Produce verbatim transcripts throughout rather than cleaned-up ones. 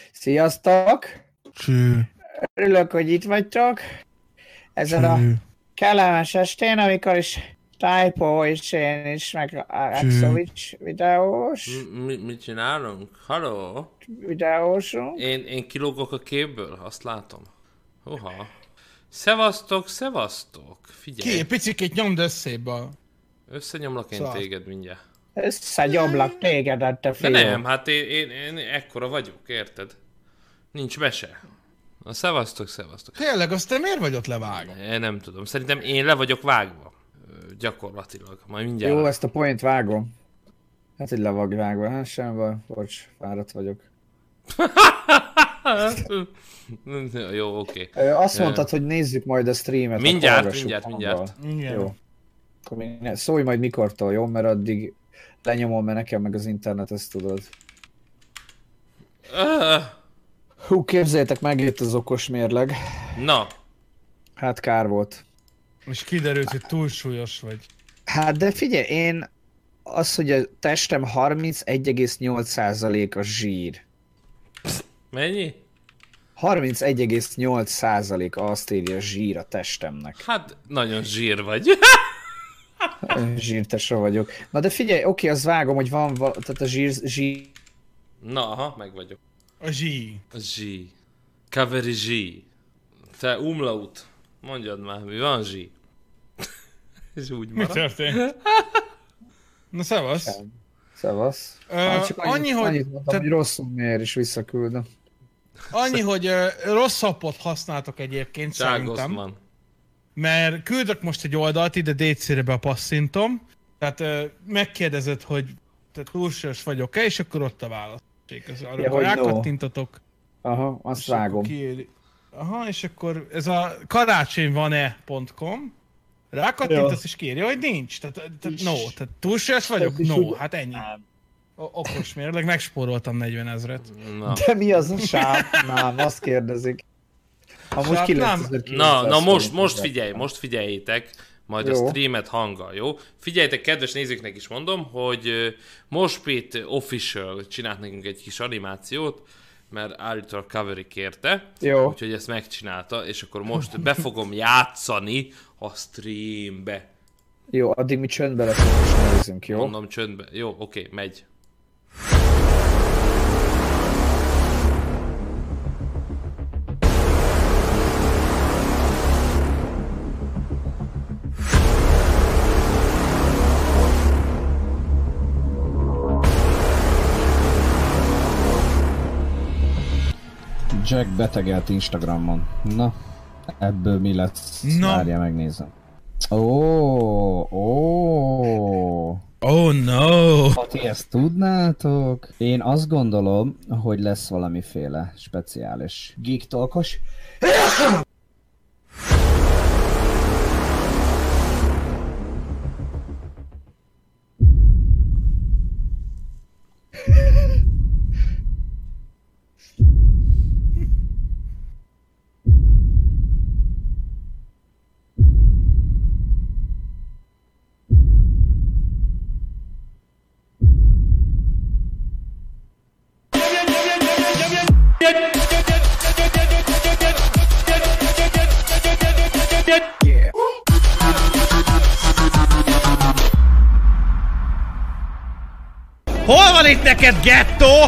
Sziasztok! Cső. Örülök, hogy itt vagytok. Ezen a kellemes estén, amikor is Typo és én is, meg Axovics videós. Mi, mit csinálunk? Halló? Videósunk. Én, én kilógok a képből, azt látom. Hoha. Szevasztok, szevasztok. Figyelj. Ki, picikét nyomd összébe. Összenyomlak én Szóval. téged mindjárt. Összegyomlak tégedet, te De fiú. nem, hát én, én, én ekkora vagyok, érted? Nincs mese. Na, szevasztok, szevasztok. Tényleg, azt te miért vagy ott levágva? Én nem tudom, szerintem én le vagyok vágva. Ö, Gyakorlatilag. Majd mindjárt. Jó, ezt a point vágom. Hát, hogy le vagy vágva, hát sem baj. Bocs, fáradt vagyok. Jó, oké. Ö, Azt mondtad, hogy nézzük majd a streamet. Mindjárt, hallgassuk mindjárt, hanggal. mindjárt. Jó. Akkor még ne- szólj majd mikortól, jó? Mert addig lenyomom, mert nekem meg az internet, ezt tudod. Ah, Hú, képzeljétek, megjött az okos mérleg. Na, Hát kár volt. És kiderült, hogy túlsúlyos vagy. Hát de figyelj, én az, hogy a testem harmincegy egész nyolc százalék a zsír. mennyi? harmincegy egész nyolc százalék azt írja a zsír a testemnek. Hát nagyon zsír vagy. Zsírtesra vagyok. Na de figyelj, oké, az vágom, hogy van, val- tehát a zsír, zsír... Na, aha, meg vagyok. A zsí. A zsí. Kaveri zsí. Te umlaut. Mondjad már, mi van zsí? És úgy Mi marad. történt? Na szevasz. Szevasz. Ö, Hát csak annyit, annyi, annyit, hogy, annyit mondtam, tehát hogy rosszul mér, és visszaküldöm. annyi, hogy ö, rossz appot használtok egyébként Cságos szerintem. van. Mert küldök most egy oldalt, ide dé cére bepasszintom. Tehát ö, megkérdezed, hogy te túlsúlyos vagyok-e, és akkor ott a válasz. Arra Ja, ja, hogy no. rákattintotok. Aha, azt És akkor vágom. kiéri- Aha, és akkor ez a karácsonyvane pont com. Rákattintasz és kérje, hogy nincs. Tehát, tehát no, tehát túlsúlyos vagyok? Tehát is No, úgy- hát ennyi. O- okos mérleg, megspóroltam negyven ezret. Na. De mi az a sáv? Nem, azt kérdezik. Amúgy Sáv kilencezer-kilencszáz Na, na most, forint most fizettem. figyelj, most figyeljétek, majd Jó. a streamet hanggal, jó? Figyeljetek, kedves nézőknek is mondom, hogy ö, Moshpit Official csinált nekünk egy kis animációt, mert állítólag Kaveri kérte, Jó. úgyhogy ezt megcsinálta, és akkor most be fogom játszani a streambe. Jó, addig mi csöndbe leszünk és nézzünk, jó? Mondom csöndbe. Jó, oké, megy. Jack betegelt Instagramon. Na, ebből mi lesz? Na. Várja, megnézem. Ó, ó. Oh no! Ha ti ezt tudnátok, én azt gondolom, hogy lesz valamiféle speciális Geek Talkos. Hol van itt neked gettó?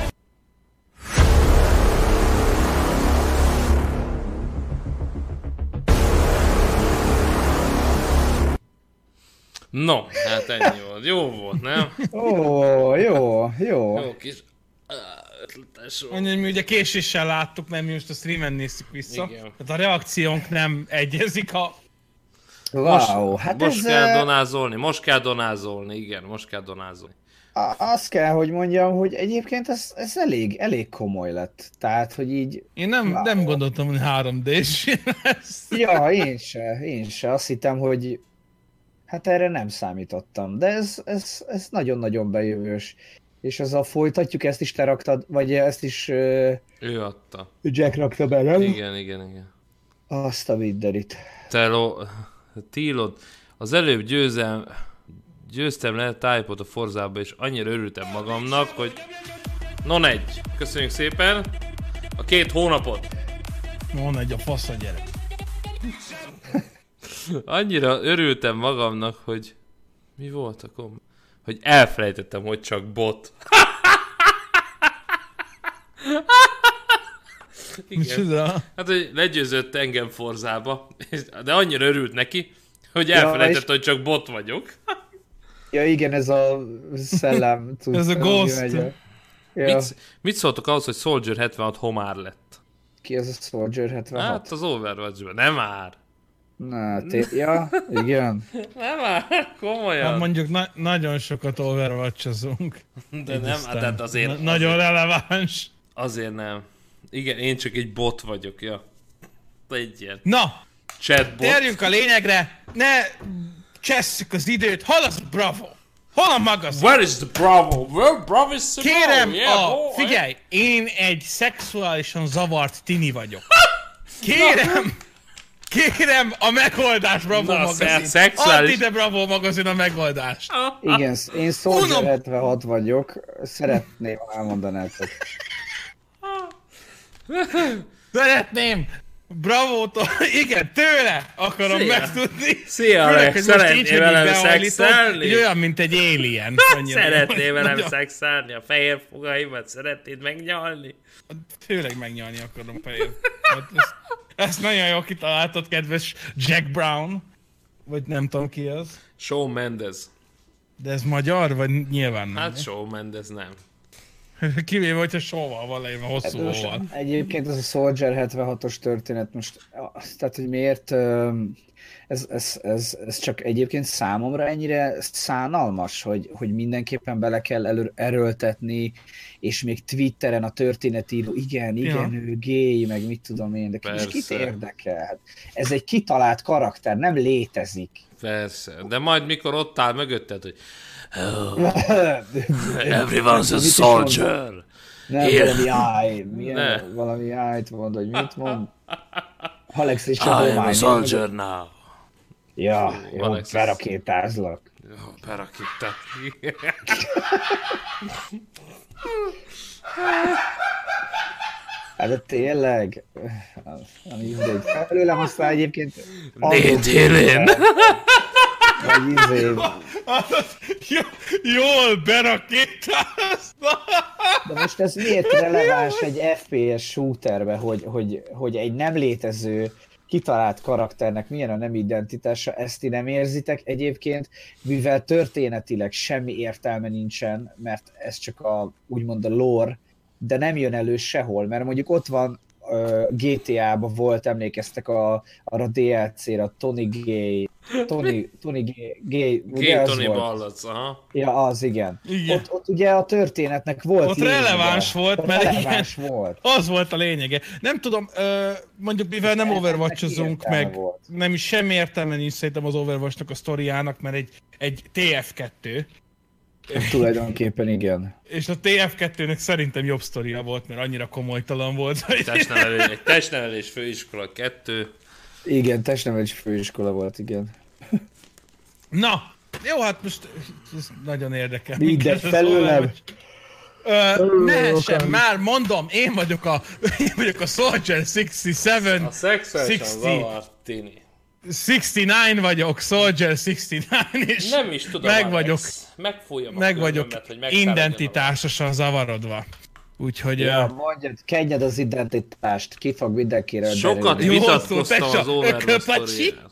No, hát ennyi volt. Jó volt, nem? Ó, jó, jó. Jó kis... Á, ötletes volt. Annyi, hogy mi ugye késéssel láttuk, mert mi most a streamen néztük vissza. Igen. Tehát a reakciónk nem egyezik a... Wow, hát most ez... kell eh, donázolni, most kell donázolni, igen, most kell donázolni. a- azt kell, hogy mondjam, hogy egyébként ez, ez elég, elég komoly lett. Tehát, hogy így... Én nem, Wow. nem gondoltam, hogy három dés lesz. Ja, én se, én se. Azt hittem, hogy... Hát erre nem számítottam, de ez, ez, ez nagyon-nagyon bejövős. És azzal folytatjuk, ezt is te raktad, vagy ezt is uh, Ő adta. Jack rakta be, nem? Igen, igen, igen. Azt a vidderit. Te lo... Tílod, az előbb győzem... Győztem le Typot a Forzába, és annyira örültem magamnak, hogy... Non egy. Köszönjük szépen. A két hónapot. Mondd egy a fasz a gyerek. Annyira örültem magamnak, hogy... Mi volt a kom... Hogy elfelejtettem, hogy csak bot. Igen. Hát, hogy legyőzött engem Forzába, de annyira örült neki, hogy elfelejtett, ja, és... hogy csak bot vagyok. Ja igen, ez a szellem. Ez a ghost. Ja. Mit, mit szóltok ahhoz, hogy Soldier hetvenhat homár lett? Ki az a Soldier hetvenhat? Hát az Overwatch-ben, nem már. Na, té- ja, igen. Nem már, komolyan. Hát mondjuk na- nagyon sokat Overwatch-ozunk. De nem, hát azért... Na- nagyon azért, releváns. Azért nem. Igen, én csak egy bot vagyok, ja. Egy ilyen. Na! Chatbot. Térjünk a lényegre, ne csesszük az időt, hol az a Bravo? Hol a magazin? Where is the Bravo? Where Bravo is the Kérem, yeah, a, boy. figyelj, én egy szexuálisan zavart tini vagyok. Kérem, kérem a megoldás Bravo Na, magazin. szexuális... Add ide Bravo magazin a megoldást. Igen, én Soldier hetvenhat vagyok, szeretném elmondani nektek. Szeretném Bravótól, igen, tőle akarom Szia. megtudni. Szia, Alex, szeretnél velem szexelni? Így olyan, mint egy alien. Szeretnél velem szexelni? A fehér fogaimat szeretnéd megnyalni? Főleg megnyalni akarom fehér. Ezt, ezt nagyon jól kitaláltad, kedves Jack Brown. Vagy nem tudom ki az. Shawn Mendes. De ez magyar, vagy nyilván nem? Hát Shawn Mendes nem. Kivéve, hogyha sóval van leírva, hosszúval van. Egyébként ez a Soldier hetvenhatos történet most, tehát hogy miért, ez, ez, ez, ez csak egyébként számomra ennyire szánalmas, hogy, hogy mindenképpen bele kell elő, erőltetni, és még Twitteren a történetíró, igen, igen, ja. ő gay, meg mit tudom én, de kis kit érdekel? Ez egy kitalált karakter, nem létezik. Persze, de majd mikor ott áll mögötted, hogy oh, everyone's a soldier. Nem, yeah. valami áj, milyen, valami ájt mond, hogy mit mond. Alex is csak I am a soldier now. Ja, jó, Alex berakétázlak. Jó, berakétázlak. Hát de tényleg, ami mindegy. Felőlem aztán egyébként... Négy élén! Vagy izé... Jól berakétáznak! De most ez miért releváns egy ef pé es shooterbe, hogy, hogy, hogy egy nem létező kitalált karakternek milyen a nem identitása, ezt ti nem érzitek egyébként, mivel történetileg semmi értelme nincsen, mert ez csak a, úgymond a lore, de nem jön elő sehol, mert mondjuk ott van uh, gé té á-ban volt, emlékeztek a, arra dé el cé-re, a Tony Gay, Tony, Tony Gay, Gay, Gay Tony Ballas, aha. Ja, az igen. igen. Ott, ott ugye a történetnek volt Ott lényege. Releváns volt, ott mert releváns igen, volt. Az volt a lényege. Nem tudom, mondjuk mivel nem Overwatch-ozunk, meg volt. Nem is semmi értelme nincs szerintem az Overwatch-nak a sztoriának, mert egy, egy té ef kettő. Tulajdonképpen igen. És a té ef kettőnek szerintem jobb sztoria volt, mert annyira komolytalan volt. Testnevelés, egy testnevelés főiskola kettő. Igen, testnevelés főiskola volt, igen. Na, jó, hát most ez nagyon érdekel. Mindegy, felőlem. Nehessen már, mondom, én vagyok a, én vagyok a Soldier hatvanhat. A szexuálisan zavart tini. hatvankilenc vagyok, Soldier hatvankilenc, és nem is tudom, meg vagyok, megfújjam a meg vagyok hogy identitásosan zavarodva. Úgyhogy... Ja, uh, mondjad, kenjed az identitást, ki fog mindenkire sokat derülni. Vitatkoztam az Overwatch sztoriára.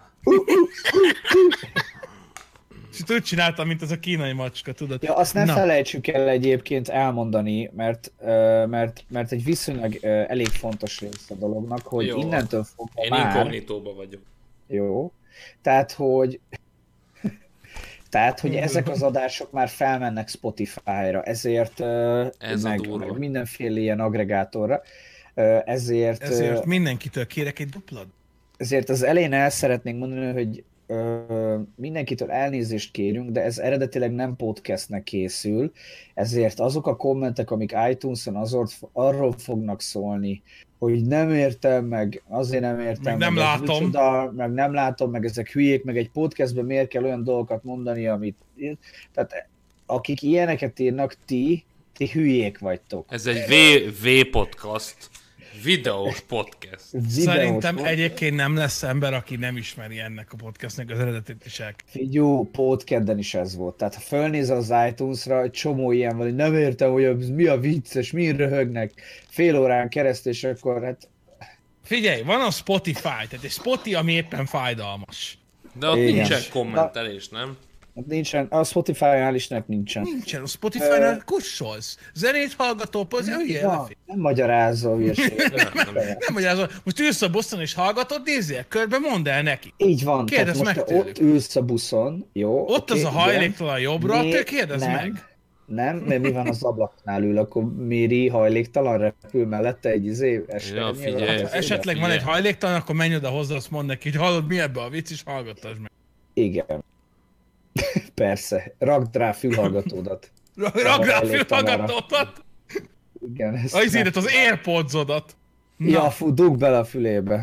És úgy csináltam, mint az a kínai macska, tudod? Ja, azt nem Na. felejtsük el egyébként elmondani, mert, mert, mert egy viszonylag elég fontos rész a dolognak, hogy jó, innentől fogva én már... inkognitóba vagyok. Jó. Tehát, hogy... Tehát, hogy ezek az adások már felmennek Spotify-ra, ezért... Ez meg, meg mindenféle ilyen agregátorra. Ezért... Ezért mindenkitől kérek egy duplad. Ezért az elején el szeretnénk mondani, hogy Ö, mindenkitől elnézést kérünk, de ez eredetileg nem podcastnek készül, ezért azok a kommentek, amik iTunes-on azort, arról fognak szólni, hogy nem értem, meg azért nem értem, meg nem meg látom, micsoda, meg nem látom, meg ezek hülyék, meg egy podcastben miért kell olyan dolgokat mondani, amit... Tehát akik ilyeneket írnak, ti, ti hülyék vagytok. Ez egy V, v podcast. Videós podcast. Videós Szerintem podcast. egyébként nem lesz ember, aki nem ismeri ennek a podcastnek az eredetét is el. Figyú, Pótkedden is ez volt. Tehát ha fölnéz az iTunes-ra, egy csomó ilyen van, hogy nem értem, hogy ez mi a vicces, mi röhögnek fél órán keresztül, és akkor hát... Figyelj, van a Spotify, tehát egy Spotify, ami éppen fájdalmas. De ott Igen. nincsen kommentelés, nem? Nincsen, a Spotify-nál is nek nincsen. Nincsen, a Spotify-nál kussolsz. Zenét hallgató, az hülye. Ja, nem magyarázol hülyeséget. Nem, nem. Nem magyarázol, most ülsz a buszon és hallgatod, nézzél körbe, mondd el neki. Így van, Kérdezd tehát meg most te tőlük. ott ülsz a buszon, jó? Ott oké, az a igen. hajléktalan jobbra, Mi- te kérdezd nem, meg. Nem, mert mi van az ablaknál ül, akkor Méri hajléktalan repül mellette egy izé esernyővel. Ja, figyelj. Hát, Ha ez esetleg van figyelj. egy hajléktalan, akkor menj oda hozzá, azt mondd neki, hogy hallod, mi ebbe a vicc, és hallgatasd meg. igen. Persze, rakd rá fülhallgatódat. Rakd rá a hajléktalanra. fülhallgatódat, Igen, ezt az izédet, az Airpods-odat. Ja, fú, dugd bele a fülébe.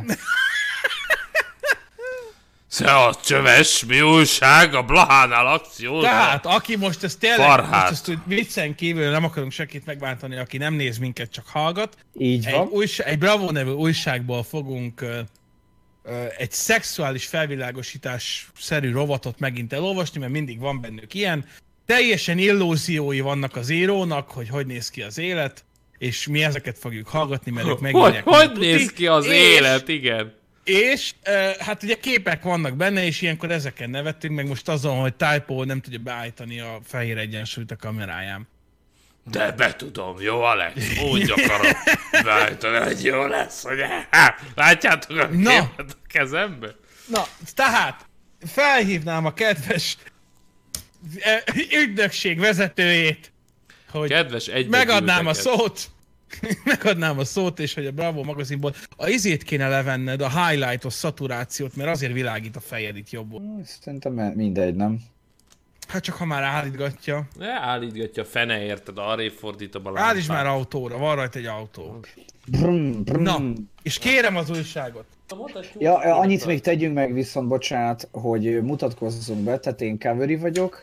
Szevasz, csöves, mi újság? A Blahánál akció. Tehát, aki most ezt tényleg, Farhát. most ezt úgy viccen kívül nem akarunk senkit megbántani, aki nem néz minket, csak hallgat. Így Egy, van. újság, egy Bravo nevű újságból fogunk ö, ö, egy szexuális felvilágosítás-szerű rovatot megint elolvasni, mert mindig van bennük ilyen. Teljesen illúziói vannak az írónak, hogy hogy néz ki az élet, és mi ezeket fogjuk hallgatni, mert ők Hogy, megírják. hogy mint néz tuti. ki az és, élet, igen. És ö, hát ugye képek vannak benne, és ilyenkor ezeken nevettünk, meg most azon, hogy Typo nem tudja beállítani a fehér egyensúlyt a kameráján. De be tudom, jó Alex, úgy akarom beállítani, hogy jó lesz, hogy há, látjátok a Na. képet a kezembe? Na, tehát felhívnám a kedves eh, ügynökség vezetőjét, hogy Kedves megadnám a egybegyűlteket. szót, megadnám a szót, és hogy a Bravo magazinból a izét kéne levenned, a highlightos szaturációt, mert azért világít a fejed itt jobbul. Szerintem mindegy, nem? Hát csak ha már állítgatja. Ne állítgatja a fene, érted, arrébb fordítom a lámpát. Állíts már autóra, van rajta egy autó. Brum, brum. Na, és kérem az újságot. Ja, annyit még tegyünk meg viszont, bocsánat, hogy mutatkozzunk be, tehát én Kaveri vagyok.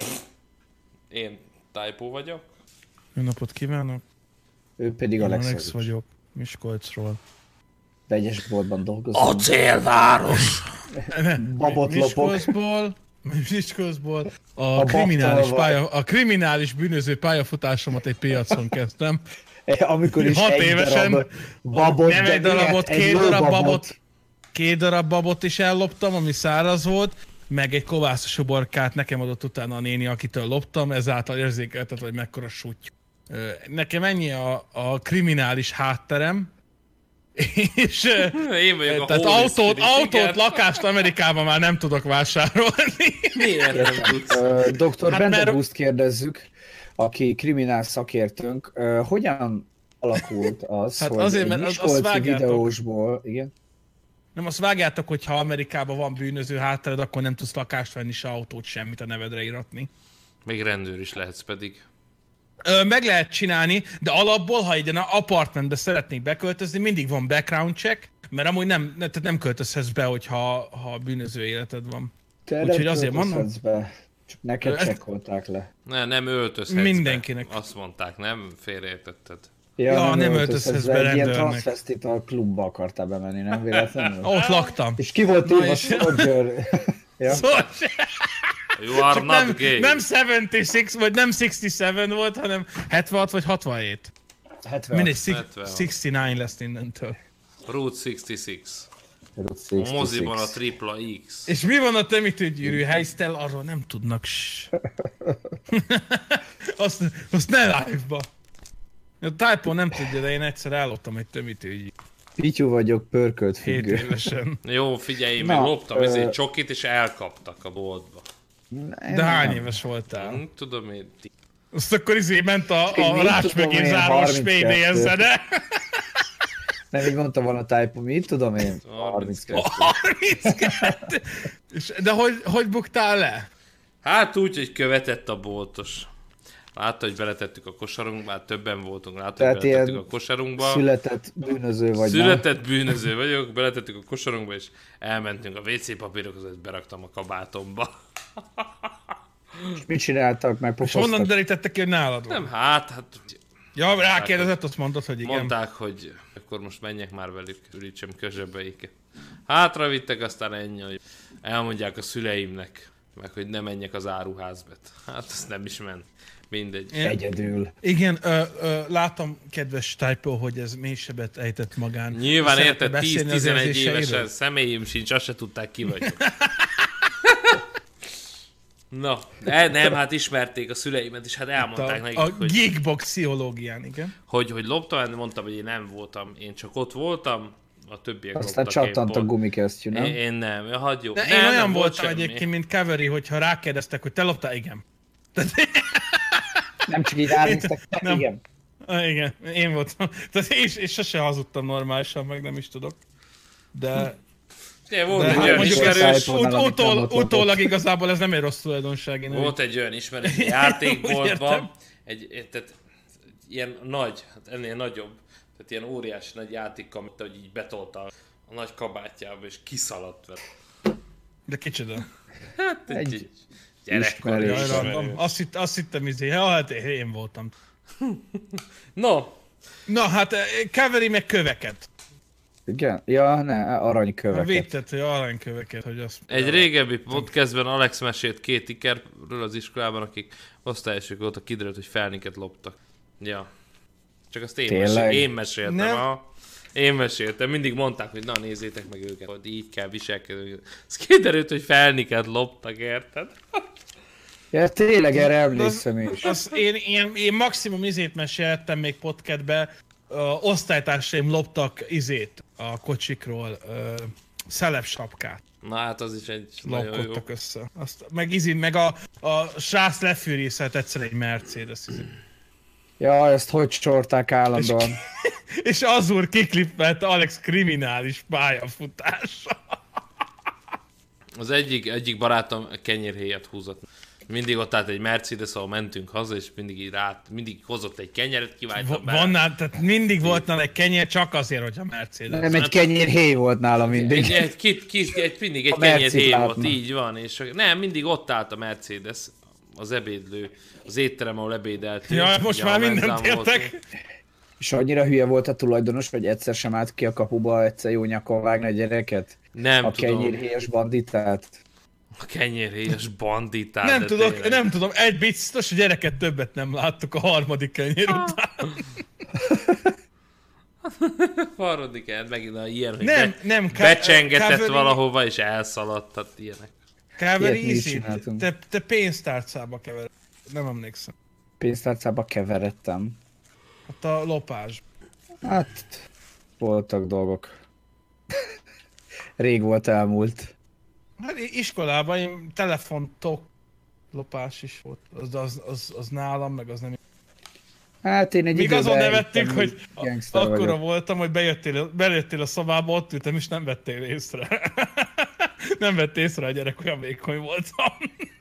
Én Typo vagyok. Jó napot kívánok, Ő pedig én Alex, Alex vagyok. vagyok, Miskolcról. Vegyes boltban dolgozom. A célváros! Babot lopok. Miskolcból, Miskolcból a, A kriminális, babtal pálya, a kriminális bűnöző pályafutásomat egy piacon kezdtem. Amikor is Hat egy évesen darab babot, Nem de egy darabot, miért? két Egy darab lóbabot. babot, két darab babot is elloptam, ami száraz volt, meg egy kovászos uborkát nekem adott utána a néni, akitől loptam, ezáltal érzékeltet, hogy mekkora suty. Ö, Nekem ennyi a, a kriminális hátterem, és ö, Én vagyok a tehát Holy autót, Spirit, autót, igen. lakást Amerikában már nem tudok vásárolni. Miért nem tudsz? Ö, doktor Hát hát mert- Bendegúzt kérdezzük, aki kriminál szakértőnk. Ö, Hogyan alakult az, Hát hogy azért, egy mert az- azt miskolci vágjátok. videósból, igen? Nem azt vágjátok, hogy ha Amerikában van bűnöző háttered, akkor nem tudsz lakást venni, se autót, semmit a nevedre iratni. Még rendőr is lehetsz pedig. Ö, meg lehet csinálni, de alapból, ha egy ilyen apartmentbe szeretnék beköltözni, mindig van background check, mert amúgy nem, ne- tehát nem költözhetsz be, hogyha ha bűnöző életed van. Te Úgyhogy nem azért mondom. költözhetsz be. Csak neked Ezt- csekkolták le. Ne, nem öltözhetsz Mindenkinek. be. Azt mondták, nem félreértetted. Ja, nem öltözhetsz öltözhetsz be, be egy ilyen rendőrnek. transvestital klubba akartál bemenni, nem véletlenül? Ott laktam. És ki volt Na írva és- Soldier? Ja. Szóval You are csak not nem, gay. nem hetvenhat, vagy nem hatvanhét volt, hanem hetvenhat vagy hatvanhét. hetven. Mindegy, szix- hetvenhat. hatvankilenc lesz innentől. Route hatvanhat. Route A moziban a hatvanhat. tripla X. És mi van a temetőgyűrű helysztel, arról nem tudnak. Ssss. azt, azt ne live-ba. A Typo nem tudja, de én egyszer elloptam egy temetőgyűrű. Pityu vagyok, pörkölt Hét függő. évesen. Jó, figyelj, én Na, még loptam ö- ezért csokit, és elkaptak a boltba. De hány éves voltál? Hm, tudom én. Azt akkor izé ment a, Én a mit rács tudom mögé én, záros P D harminckettő. zene. Nem így mondta volna a Typo, mit tudom én? harminckettő. harminckettő. És, de hogy, hogy buktál le? Hát úgy, hogy követett a boltos. Látta, hogy beletettük a kosarunkba, hát többen voltunk, látta, hogy Tehát beletettük ilyen a kosarunkba. Született bűnöző vagy Született bűnöző vagyok, beletettük a kosarunkba, és elmentünk a vé cé papírok között, beraktam a kabátomba. nem? Mit csináltak, meg És honnan pofoztak? derítettek ki, hogy nálad van? Nem, hát, hát Ja, rákérdezett, azt mondtad, hogy igen. Mondták, hogy akkor most menjek már velük, ürítsem közsebeiket. Hátra vittek, aztán ennyi, hogy elmondják a szüleimnek, meg hogy ne menjek az áruházba. Hát ez nem is ment. Mindegy. Én... Egyedül. Igen, ö, ö, látom, kedves Typo, hogy ez mélysebbet ejtett magán. Nyilván érted, tíz-tizenegy évesen személyim sincs, azt se tudták, ki vagyok. Na, de nem, hát ismerték a szüleimet, és hát elmondták a, nekik, a hogy... geekbox pszichológián, igen. Hogy, hogy loptam, mondtam, hogy én nem voltam, én csak ott voltam, a többiek aztán loptak. Aztán csattant a gumikesztyű, nem? Én, én nem, ja, hagyj jó. De nem, én olyan nem voltam volt egyébként, mint Cavery, hogyha rákérdeztek, hogy te loptál, igen. Nem csak így ránéztek, nem. igen. Ah, igen, én voltam. Tehát és, és sose hazudtam normálisan, meg nem is tudok. De... De volt de egy hát olyan mondjuk ismerős... ut- utól, utólag igazából ez nem egy rossz tulajdonság. Én volt egy olyan ismerős játékboltban, egy, egy, tehát ilyen nagy, hát ennél nagyobb, tehát ilyen óriási nagy játék, amit hogy így betolta a nagy kabátjába, és kiszaladt vele. De kicsoda. Hát egy, egy gyerekkor ismerős. Azt, hitt, azt hittem izé, ja, hát én voltam. No. Na hát, Cavery meg köveket. Igen? Ja, ne, aranyköveket. Védted, hogy aranyköveket, hogy azt... Egy régebbi podcastben Alex mesélt két ikerről az iskolában, akik osztályosok voltak, kiderült, hogy felniket loptak. Ja. Csak azt én, mesél, én meséltem. Ha. Én meséltem. Mindig mondták, hogy na nézzétek meg őket, hogy így kell viselkedni. Ez kiderült, hogy felniket loptak, érted? Ja, tényleg erre emlékszem is. Az, én, én, én maximum izét meséltem még podcastbe, uh, osztálytársaim loptak izét a kocsikról, uh, szelepsapkát. Na hát az is egy nagyon jó. össze. Azt, meg izin, meg a, a srác lefűrészelt egyszer egy Mercedes izé. Ja, ezt hogy csorták állandóan. És, és azúr kiklippelt Alex kriminális pályafutása. Az egyik, egyik barátom kenyérhéjat húzott. Mindig ott állt egy Mercedes, ahol mentünk haza, és mindig így rá, mindig hozott egy kenyeret, kiváltam be. Van, tehát mindig volt nála egy kenyér, csak azért, hogy a Mercedes. Nem, egy kenyérhéj volt nála mindig. Egy, egy, egy, egy, egy, mindig egy kenyérhéj volt, így van. És nem, mindig ott állt a Mercedes, az ebédlő, az étterem, ahol ebédeltünk. Ja, most már mindent értek. És annyira hülye volt a tulajdonos, hogy egyszer sem állt ki a kapuba, egyszer jó nyakon vágni a gyereket? Nem a tudom. A kenyérhéjas banditát? A kenyérhéjas banditát. Nem tudok, tényleg. nem tudom, egy biztos, a gyereket többet nem láttuk a harmadik kenyér után. harmadik el, megint a ilyen, hogy nem, be, nem, becsengetett Cavery... valahova, és elszaladt, tehát ilyenek. Cavery easy, te, te pénztárcába kevered. Nem emlékszem. Pénztárcába keveredtem. Hát a lopás. Hát, voltak dolgok. Rég volt elmúlt. Hát iskolában én telefontok lopás is volt. Az, az, az, az nálam, meg az nem... Hát én egy Még azon nevettünk, hogy akkora vagyok. voltam, hogy bejöttél, bejöttél a szobába, ott ültem, és nem vettél észre. Nem vettél észre, a gyerek, olyan vékony voltam.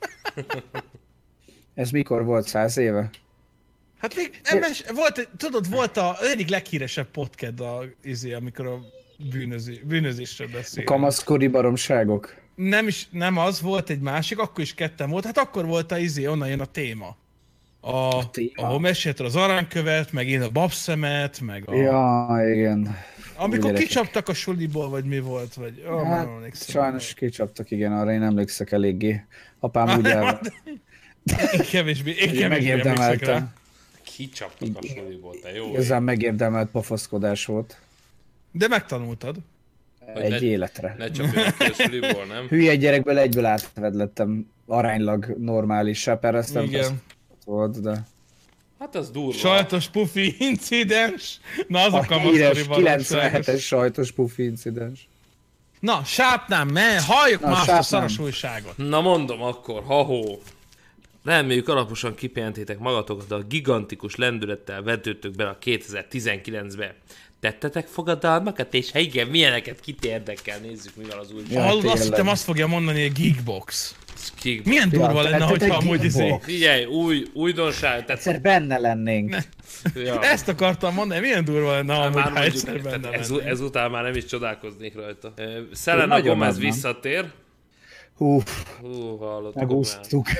Ez mikor volt? Száz éve? Hát még nem, volt, tudod, volt a egyik leghíresebb podcast, a, izé, amikor a bűnözé, bűnözésről beszél. A kamaszkori baromságok? Nem is, nem az, volt egy másik, akkor is ketten volt, hát akkor volt a izé, onnan jön a téma. A, a téma. Ahol mesélted az aranykövet, meg én a babszemet, meg a... Ja, igen. Amikor kicsaptak a suliból, vagy mi volt, vagy... Oh, hát, sajnos kicsaptak, igen, arra én emlékszek eléggé. Apám úgy el... Én kevésbé, én kevésbé megérdemeltem. Kicsaptak a suliból, te jó. Igazán megérdemelt pofaszkodás volt. De megtanultad. Egy ne, életre. Ne csapjanak ki a suliból, nem? Hülye gyerekből egyből átvedlettem aránylag normálissá, persze igen. volt, de... Hát az durva. Sajtos pufi incidens. Na az a, a híres kilencvenhetes sajtos pufi incidens. Na, sápnám, men, halljuk már azt a szaros újságot. Na mondom akkor, ha-hó. Reméljük alaposan kipihentétek magatokat, a gigantikus lendülettel vetődtök bele a kétezer-tizenkilencbe. Tettetek fogadalmakat, és ha igen, milyeneket kit érdekel, nézzük mi van az új. Ja, hallod, azt hittem azt fogja mondani, hogy Geekbox. Geekbox. Milyen durva ja, lenne, hogyha amúgy izé... Figyelj, új, újdonság. Tehát... Egyszer benne lennénk. Ja. Ezt akartam mondani, milyen durva lenne, ha amúgy, ha egyszer benne ez, lennénk. Ezután már nem is csodálkoznék rajta. Selena Gomez visszatér. Hú, Hú, hallottuk megúsztuk.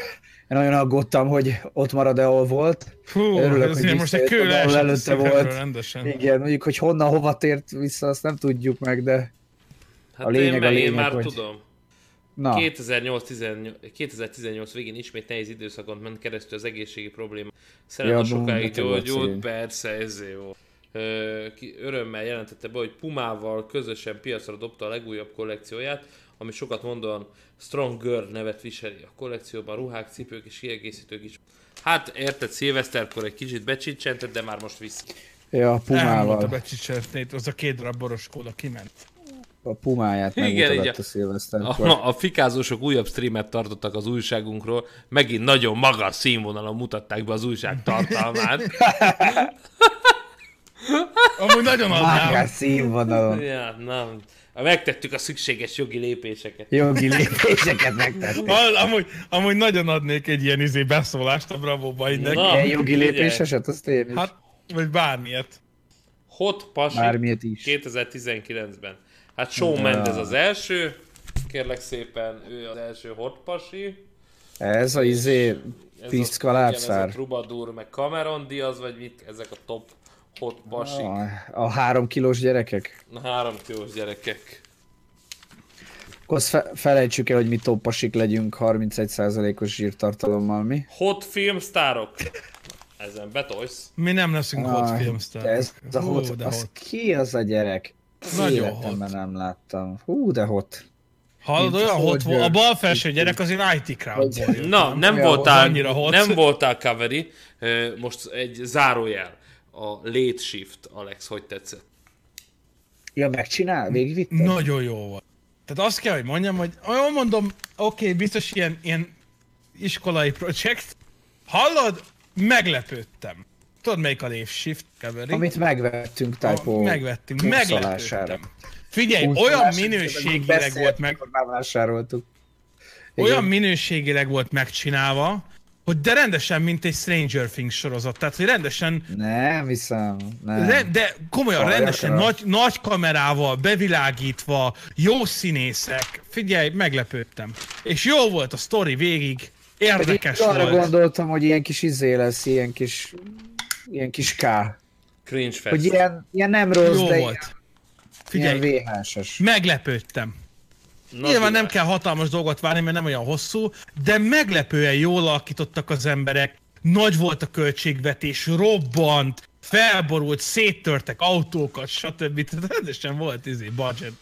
nagyon aggódtam, hogy ott marad-e, ahol volt. Hú, Örülök, ez hogy most egy kő leesett a volt. Rendesen. Igen, mondjuk, hogy honnan, hova tért vissza, azt nem tudjuk meg, de hát a lényeg én, a lényeg, én már hogy... tudom. Na. kétezer-tizennyolc végén ismét nehéz időszakon ment keresztül az egészségi probléma. Szerencsére ja, sokáig gyógyult, persze, ezért volt. Ki örömmel jelentette be, hogy Pumával közösen piacra dobta a legújabb kollekcióját, ami sokat mondóan Strong Girl nevet viseli. A kollekcióban ruhák, cipők és kiegészítők is. Hát érted, szilveszterkor egy kicsit becsicsentett, de már most vissza. Ja, a Pumával. Elmondta becsicsentni, az a két darab boros kóla kiment. A Pumáját megmutatott a szilveszterkor. A, a fikázósok újabb streamet tartottak az újságunkról, megint nagyon magas színvonalon mutatták be az újság tartalmát. Amúgy nagyon adnám. Magas színvonalon. Ja, nem. Megtettük a szükséges jogi lépéseket. Jogi lépéseket megtettük. Amúgy, amúgy nagyon adnék egy ilyen izé beszólást a Bravo-ba innen. Ilyen jogi lépéseset, azt én is. Hát, vagy bármilyet. Hot Pasi Bármilyet is. kétezer-tizenkilencben. Hát Shawn Mendes az első, kérlek szépen, ő az első Hot Pasi. Ez a izé piszka lábszár. Ez a Troubadour, meg Cameron Diaz, vagy mit, ezek a top Hot Pasik. A, a három kilós gyerekek? A három kilós gyerekek. Akkor azt fe, felejtsük el, hogy mi top pasik legyünk harmincegy százalékos zsírtartalommal, mi? Hot filmsztárok. Ezen betolsz. Mi nem leszünk ah, hot filmsztárok. Ez a hot, Hú, az hot. ki az a gyerek? Nagyon Életemben hot. nem láttam. Hú, de hot. Hallod, olyan hot volt. A bal felső gyerek azért i té crowdból jött. Na, nem Olyan voltál, annyira hot. nem voltál Kaveri. Most egy zárójel. A late shift, Alex, hogy tetszett? Ja, megcsinál? Végigvitted? Nagyon jó volt. Tehát azt kell, hogy mondjam, hogy olyan mondom, oké, okay, biztos ilyen, ilyen iskolai projekt. Hallod? Meglepődtem. Tudod, melyik a late shift, Kaveri? Amit megvettünk Typo. Megvettünk, meglepődtem. Figyelj, Húsz olyan másik, minőségileg volt meg... Már vásároltuk. Igen. Olyan minőségileg volt megcsinálva, hogy de rendesen, mint egy Stranger Things sorozat. Tehát, hogy rendesen... Nem hiszem, nem. Re, de komolyan, Fajra rendesen, kell. nagy, nagy kamerával, bevilágítva, jó színészek. Figyelj, meglepődtem. És jó volt a sztori végig, érdekes Pedig arra volt. gondoltam, hogy ilyen kis izé lesz, ilyen kis... Ilyen kis K. Cringe fest. Hogy ilyen, ilyen nem rossz, Jó de volt. ilyen, Figyelj, ilyen vé há es-es. meglepődtem. Na, Nyilván nem tudás. kell hatalmas dolgot várni, mert nem olyan hosszú, de meglepően jól alakítottak az emberek, nagy volt a költségvetés, robbant, felborult, széttörtek autókat, stb. Tehát rendesen volt izé, budget.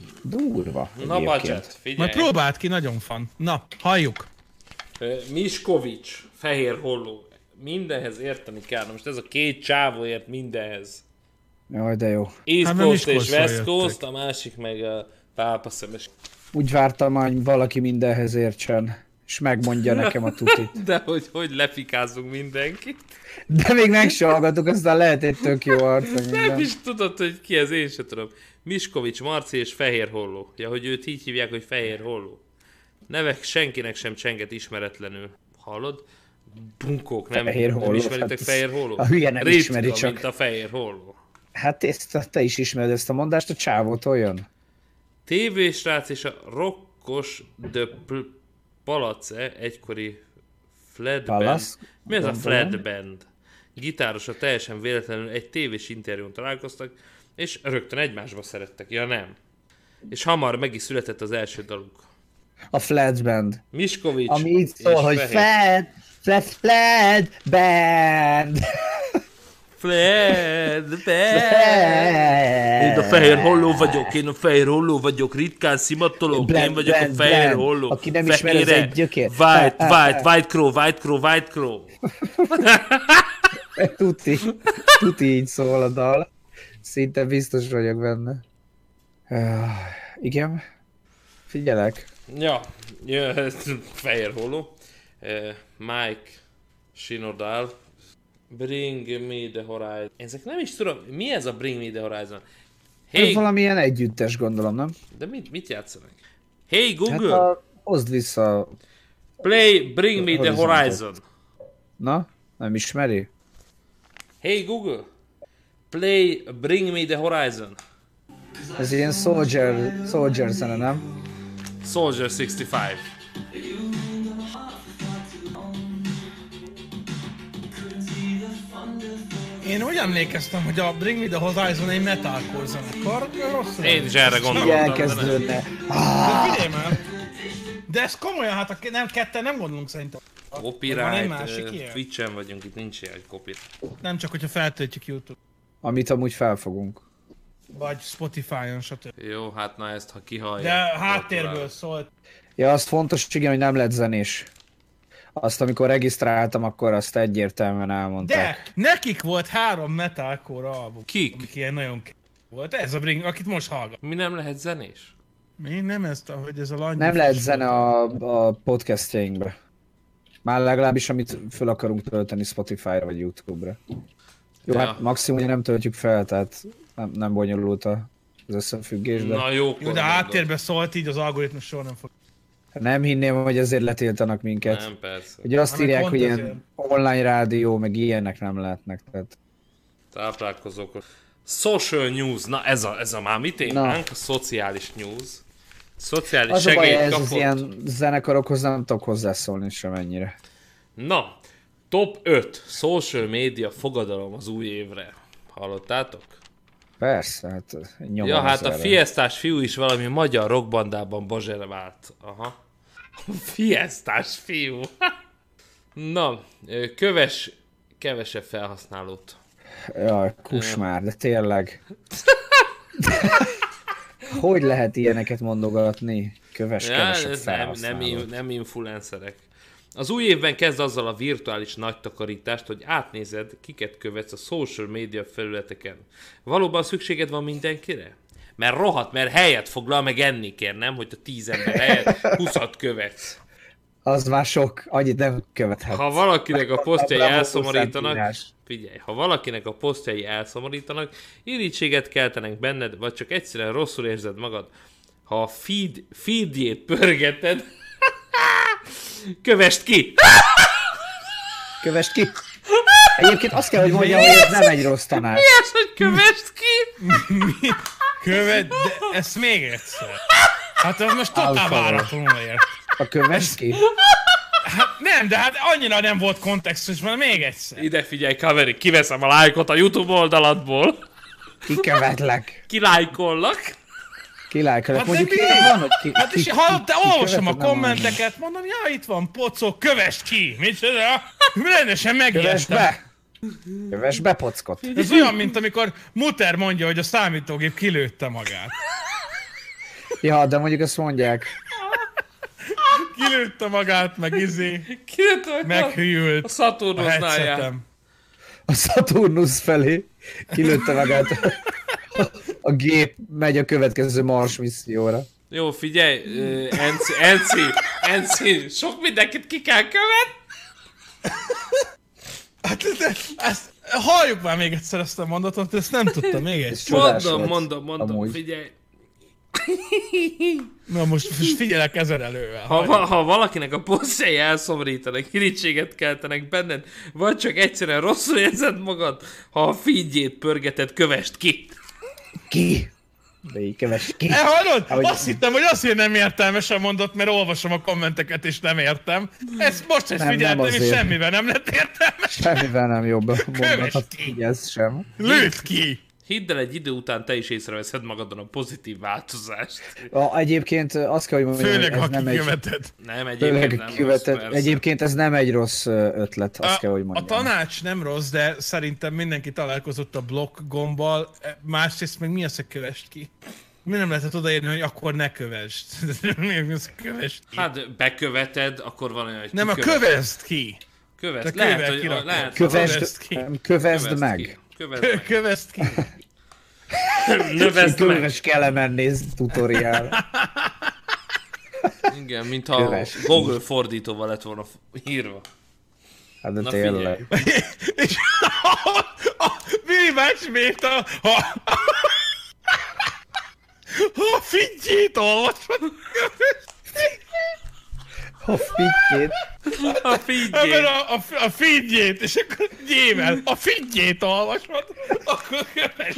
Durva. Na, egyébként. budget, figyelj. Majd próbáld ki, nagyon fan. Na, halljuk. Ö, Miskovics, fehér holló. Mindenhez érteni kell. Na most ez a két csávó ért mindenhez. Jaj, de jó. East Hát, mert Coast és Miskolcról West Coast, jöttek. a másik meg a pálpaszemes. Úgy vártam, hogy valaki mindenhez értsen, és megmondja nekem a tutit. De hogy, hogy lefikázunk mindenkit. De még meg se hallgatok, aztán lehet egy tök jó arc. meg Nem minden. is tudod, hogy ki ez, én sem tudom. Miskovics, Marci és Fehér Holló. Ja, hogy őt így hívják, hogy Fehér Holló. Nevek senkinek sem csenget ismeretlenül. Hallod? Bunkók, nem, Fehér nem Holló, ismeritek hát Fehér Holló? a hülye nem Ritka, ismeri csak. mint a Fehér Holló. Hát ezt, te is ismered ezt a mondást, a csávót olyan. Tévésrác és a rokkos de Pl- Palace egykori Flat Band. Palace? Mi ez a Gondolom. Flat Band? Gitárosa teljesen véletlenül egy tévés interjún találkoztak, és rögtön egymásba szerettek. Ja nem. És hamar meg is született az első daluk. A Flat Band. Miskovics Ami így és szól, hogy Fehér. Flat, Flat, Flat Band. Flat Band. Én a Fehér Holló vagyok, én a Fehér Holló vagyok, ritkán szimatolok, Blend, én vagyok blend, a Fehér blend. Holló. Aki nem ismer, az Fehére. egy gyökér. White, Ah, ah, white, white crow, white crow, white crow. Tuti, tuti így szól a dal. Szinte biztos vagyok benne. Uh, igen. Figyelek. Ja, jöhet Fehér Holló. Uh, Mike Sinodal. Bring me the horizon. Ezek nem is tudom, mi ez a Bring me the horizon? Ez Hey, valamilyen együttes, gondolom, nem? de mit, mit játszanak? Hey Hát Google, a, hozd vissza. play Bring me the Horizontot. horizon. Na? Nem ismeri? Hey Google, play Bring me the horizon. Ez ilyen soldier, soldier zene, nem? Soldier szixty-five. Én úgy emlékeztem, hogy a Bring Me The Horizon egy metalcore zenekar, rossz. Én is erre gondoltam. Elkezdődne. De figyelj már! De ez komolyan, hát a nem ketten nem gondolunk szerintem. Copyright, Twitch-en vagyunk, itt nincs ilyen copyright. Nem csak, hogyha feltöltjük YouTube. Amit amúgy felfogunk. Vagy Spotify-on, stb. Jó, hát na ezt, ha kihallja. De háttérből szólt. Ja, az fontos, igen, hogy nem lett zenés. Azt, amikor regisztráltam, akkor azt egyértelműen elmondták. De nekik volt három metalcore album. Kik? Amik ilyen nagyon k*** volt. Ez a Bring, akit most hallgat. Mi nem lehet zenés? Mi? Nem ezt, ahogy ez a langy... Nem lehet zene a, a podcastjainkbe. Már legalábbis, amit föl akarunk tölteni Spotify-ra vagy YouTube-ra. Jó, ja. Hát maximum, hogy nem töltjük fel, tehát nem, nem bonyolult az összefüggés, de... Na jó, jó, de háttérbe szólt, így az algoritmus soha nem fog... Nem hinném, hogy ezért letiltanak minket. Nem, persze. Ugye azt hanem írják, hogy ilyen azért. online rádió, meg ilyenek nem lehetnek, tehát... Táplálkozók. Social news, na ez a, ez a már mit témánk? A szociális news. Szociális az a baj, segélyt ez kapott. az ilyen zenekarokhoz nem tudok hozzászólni semennyire. Na, top öt social media fogadalom az új évre. Hallottátok? Persze, hát nyomom. Ja, hát a erre. Fiestás fiú is valami magyar rockbandában bazsere vált. Aha. Fiestás fiú. Na, köves kevesebb felhasználót. Jaj, kus már, de tényleg. Hogy lehet ilyeneket mondogatni? Köves Ja, kevesebb ez nem, nem, felhasználót. nem influencerek. Az új évben kezd azzal a virtuális nagy takarítást, hogy átnézed, kiket követsz a social media felületeken. Valóban szükséged van mindenkire? Mert rohadt, mert helyet foglal, meg enni kér, nem? Hogy a tíz ember helyet huszat követsz. Az már sok, annyit nem követhet. Ha valakinek a posztjai Bravo, elszomorítanak, huszonkilenc. figyelj, ha valakinek a posztjai elszomorítanak, irítséget keltenek benned, vagy csak egyszerűen rosszul érzed magad, ha a feed, feedjét pörgeted, kövesd ki! Kövesd ki! Egyébként azt kell, hogy mondjam, hogy ez nem egy rossz tanács. Mi az, hogy kövesd ki? Követ, de ezt még egyszer. Hát az most totál Alkalmas. váratlanul ért. A kövesd ki? Hát nem, de hát annyira nem volt kontextus, mert még egyszer. Ide figyelj, kaveri, kiveszem a lájkot a YouTube oldaladból. Kikövetlek. Kilájkollak. Kilájkolok. Hát Mondjuk de ilyen mi? van, hogy ki, Hát és ki, ha te ki olvasom a követed, nem kommenteket, mondom, ja, itt van pocok, kövesd ki! Micsoda? Rendesen Kövesd megijedtem. be! Kövesd be, pockot. Ez olyan, mint amikor Mutter mondja, hogy a számítógép kilőtte magát. Ja, de mondjuk azt mondják. Kilőtte magát, meg izé, Kilőtt meghűlt a a Saturnusnál jár. headsetem. A Saturnus felé kilőtte magát. A, a gép megy a következő Mars misszióra. Jó, figyelj, uh, Enci, Enci, Enci, sok mindenkit ki kell követ. Hát ezt, ezt, halljuk már még egyszer ezt a mondatot, ezt nem tudtam még egyszer. Csodás Mondom, volt, mondom, mondom, amúgy. figyelj. Na most, most figyelek ezer elővel. Ha, va, ha valakinek a posztjai elszomorítanak, irítséget keltenek benned, vagy csak egyszerűen rosszul érzed magad, ha a feedjét pörgeted, kövesd ki. Ki? De így kövesd ki. E, hallod? Ahogy- Azt hittem, hogy azért nem értelmesen mondott, mert olvasom a kommenteket és nem értem. Ezt most ezt Nem, figyeltem, nem és azért. semmivel nem lett értelmes. Semmivel nem jobb mondat, ki. így ez sem. Lőtt ki! Hidd el, egy idő után te is észreveszed magadon a pozitív változást. A, egyébként azt kell, hogy mondjam, Főleg, hogy ha ez nem egy... kiköveted. Nem, egyébként Főleg nem kivetett. rossz, persze. Egyébként ez nem egy rossz ö, ötlet, azt kell, hogy A, a mondjam. tanács nem rossz, de szerintem mindenki találkozott a blokk gombbal. E, Másrészt meg mi az, hogy kövesd ki? Mi nem lehetett odaérni, hogy akkor ne kövesd. Mi az, hogy kövesd ki? Hát beköveted, akkor van olyan, hogy Nem, a kikövet- kövesd ki! Kövesd. Te Lehet, kővel hogy kirakod. lehet, Kövesd, Kövesd ki. nem, kövesd kövesd meg. ki. Kövesd Kö- meg. Kövesd ki! Növesd meg. Köves Kelemen néz tutoriál. Igen, mintha Kövesd. Google fordítóval lett volna f- írva. Hát de Na tényleg. És a, a Billy Matchmate a, a, a fitjét olvasod. A fitjét. A Ebben feedjét. a, a, a fitjét, és akkor gyével, a fitjét olvasod, akkor kövesd.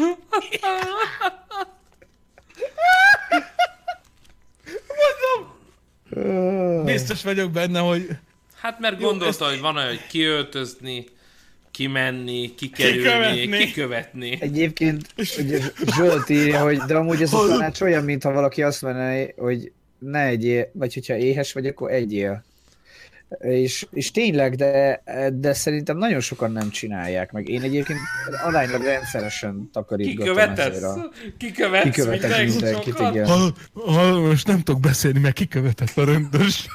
Mondom, biztos vagyok benne, hogy Hát mert Jó, gondolta, ezt- hogy van olyan, hogy kiöltözni, kimenni, kikerülni, kikövetni. kikövetni. Egyébként ugye Zsolt írja, hogy de amúgy ez a tanács olyan, mintha valaki azt mondaná, hogy ne egyél, vagy hogyha éhes vagy, akkor egyél. És, és tényleg, de, de szerintem nagyon sokan nem csinálják meg. Én egyébként aránylag rendszeresen takarítgatom ezért a... Kikövetsz? Kikövetek mindenkit, igen. Ha, ha, most nem tudok beszélni, mert kikövetett a rendőrség.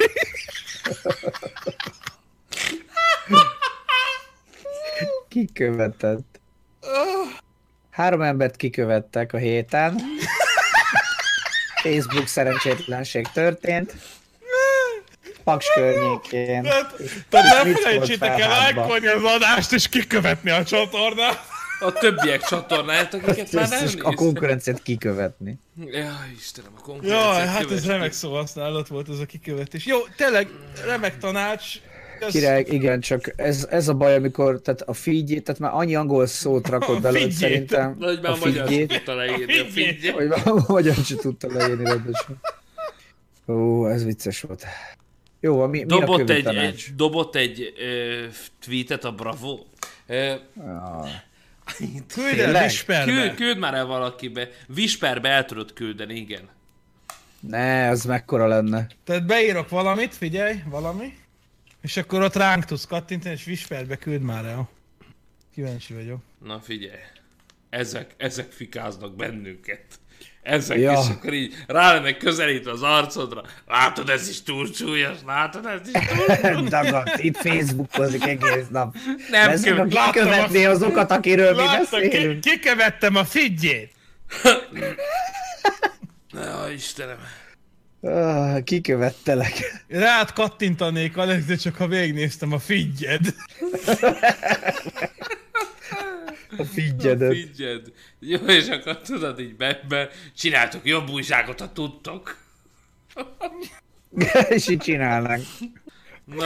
Kikövetett. Három embert kikövettek a héten. Facebook szerencsétlenség történt. Paks környékén. Tehát nem felejtsétek el lájkolni az adást és kikövetni a csatornát. A többiek csatornáját, akiket már nem néz. A konkurenciát kikövetni. Jaj, Istenem, a konkurenciát Jaj, hát követni. ez remek szóhasználat volt ez a kikövetés. Jó, tényleg remek tanács. Ez... Király, igen, csak ez, ez a baj, amikor tehát a figyét, tehát már annyi angol szót rakott belőle, szerintem. Hogy már a magyar sem tudta leírni a figyét. Hogy már a magyar sem tudta leírni rendesen. Ó, ez vicces volt. Jó, mi, mi dobott a egy, tanács? egy, dobott egy ö, tweetet a Bravo. Ö, ah. Küld el Whisperbe. Küld, küld már el valakibe. Whisperbe el tudod küldeni, igen. Ne, az mekkora lenne. Tehát beírok valamit, figyelj, valami. És akkor ott ránk tudsz kattintani, és Whisperbe küld már el. Kíváncsi vagyok. Na figyelj. Ezek, ezek fikáznak bennünket. Ezek, ja. És akkor így rá lennek közelítve az arcodra. Látod, ez is túl súlyos, látod, ez is túl súlyos. Dagadt, itt Facebookozik egész nap. Nem ez követ, követ. kikövetni a... azokat, akiről mi Láttam, beszélünk. ki, kikövettem a figyét. Jaj, Istenem. Ah, kikövettelek. Rád kattintanék, Alex, de csak ha végignéztem a figyed. A figgyedet. A figyed. Jó, és akkor tudod így bebben, csináltok jobb újságot, ha tudtok. És így csinálnánk. Na.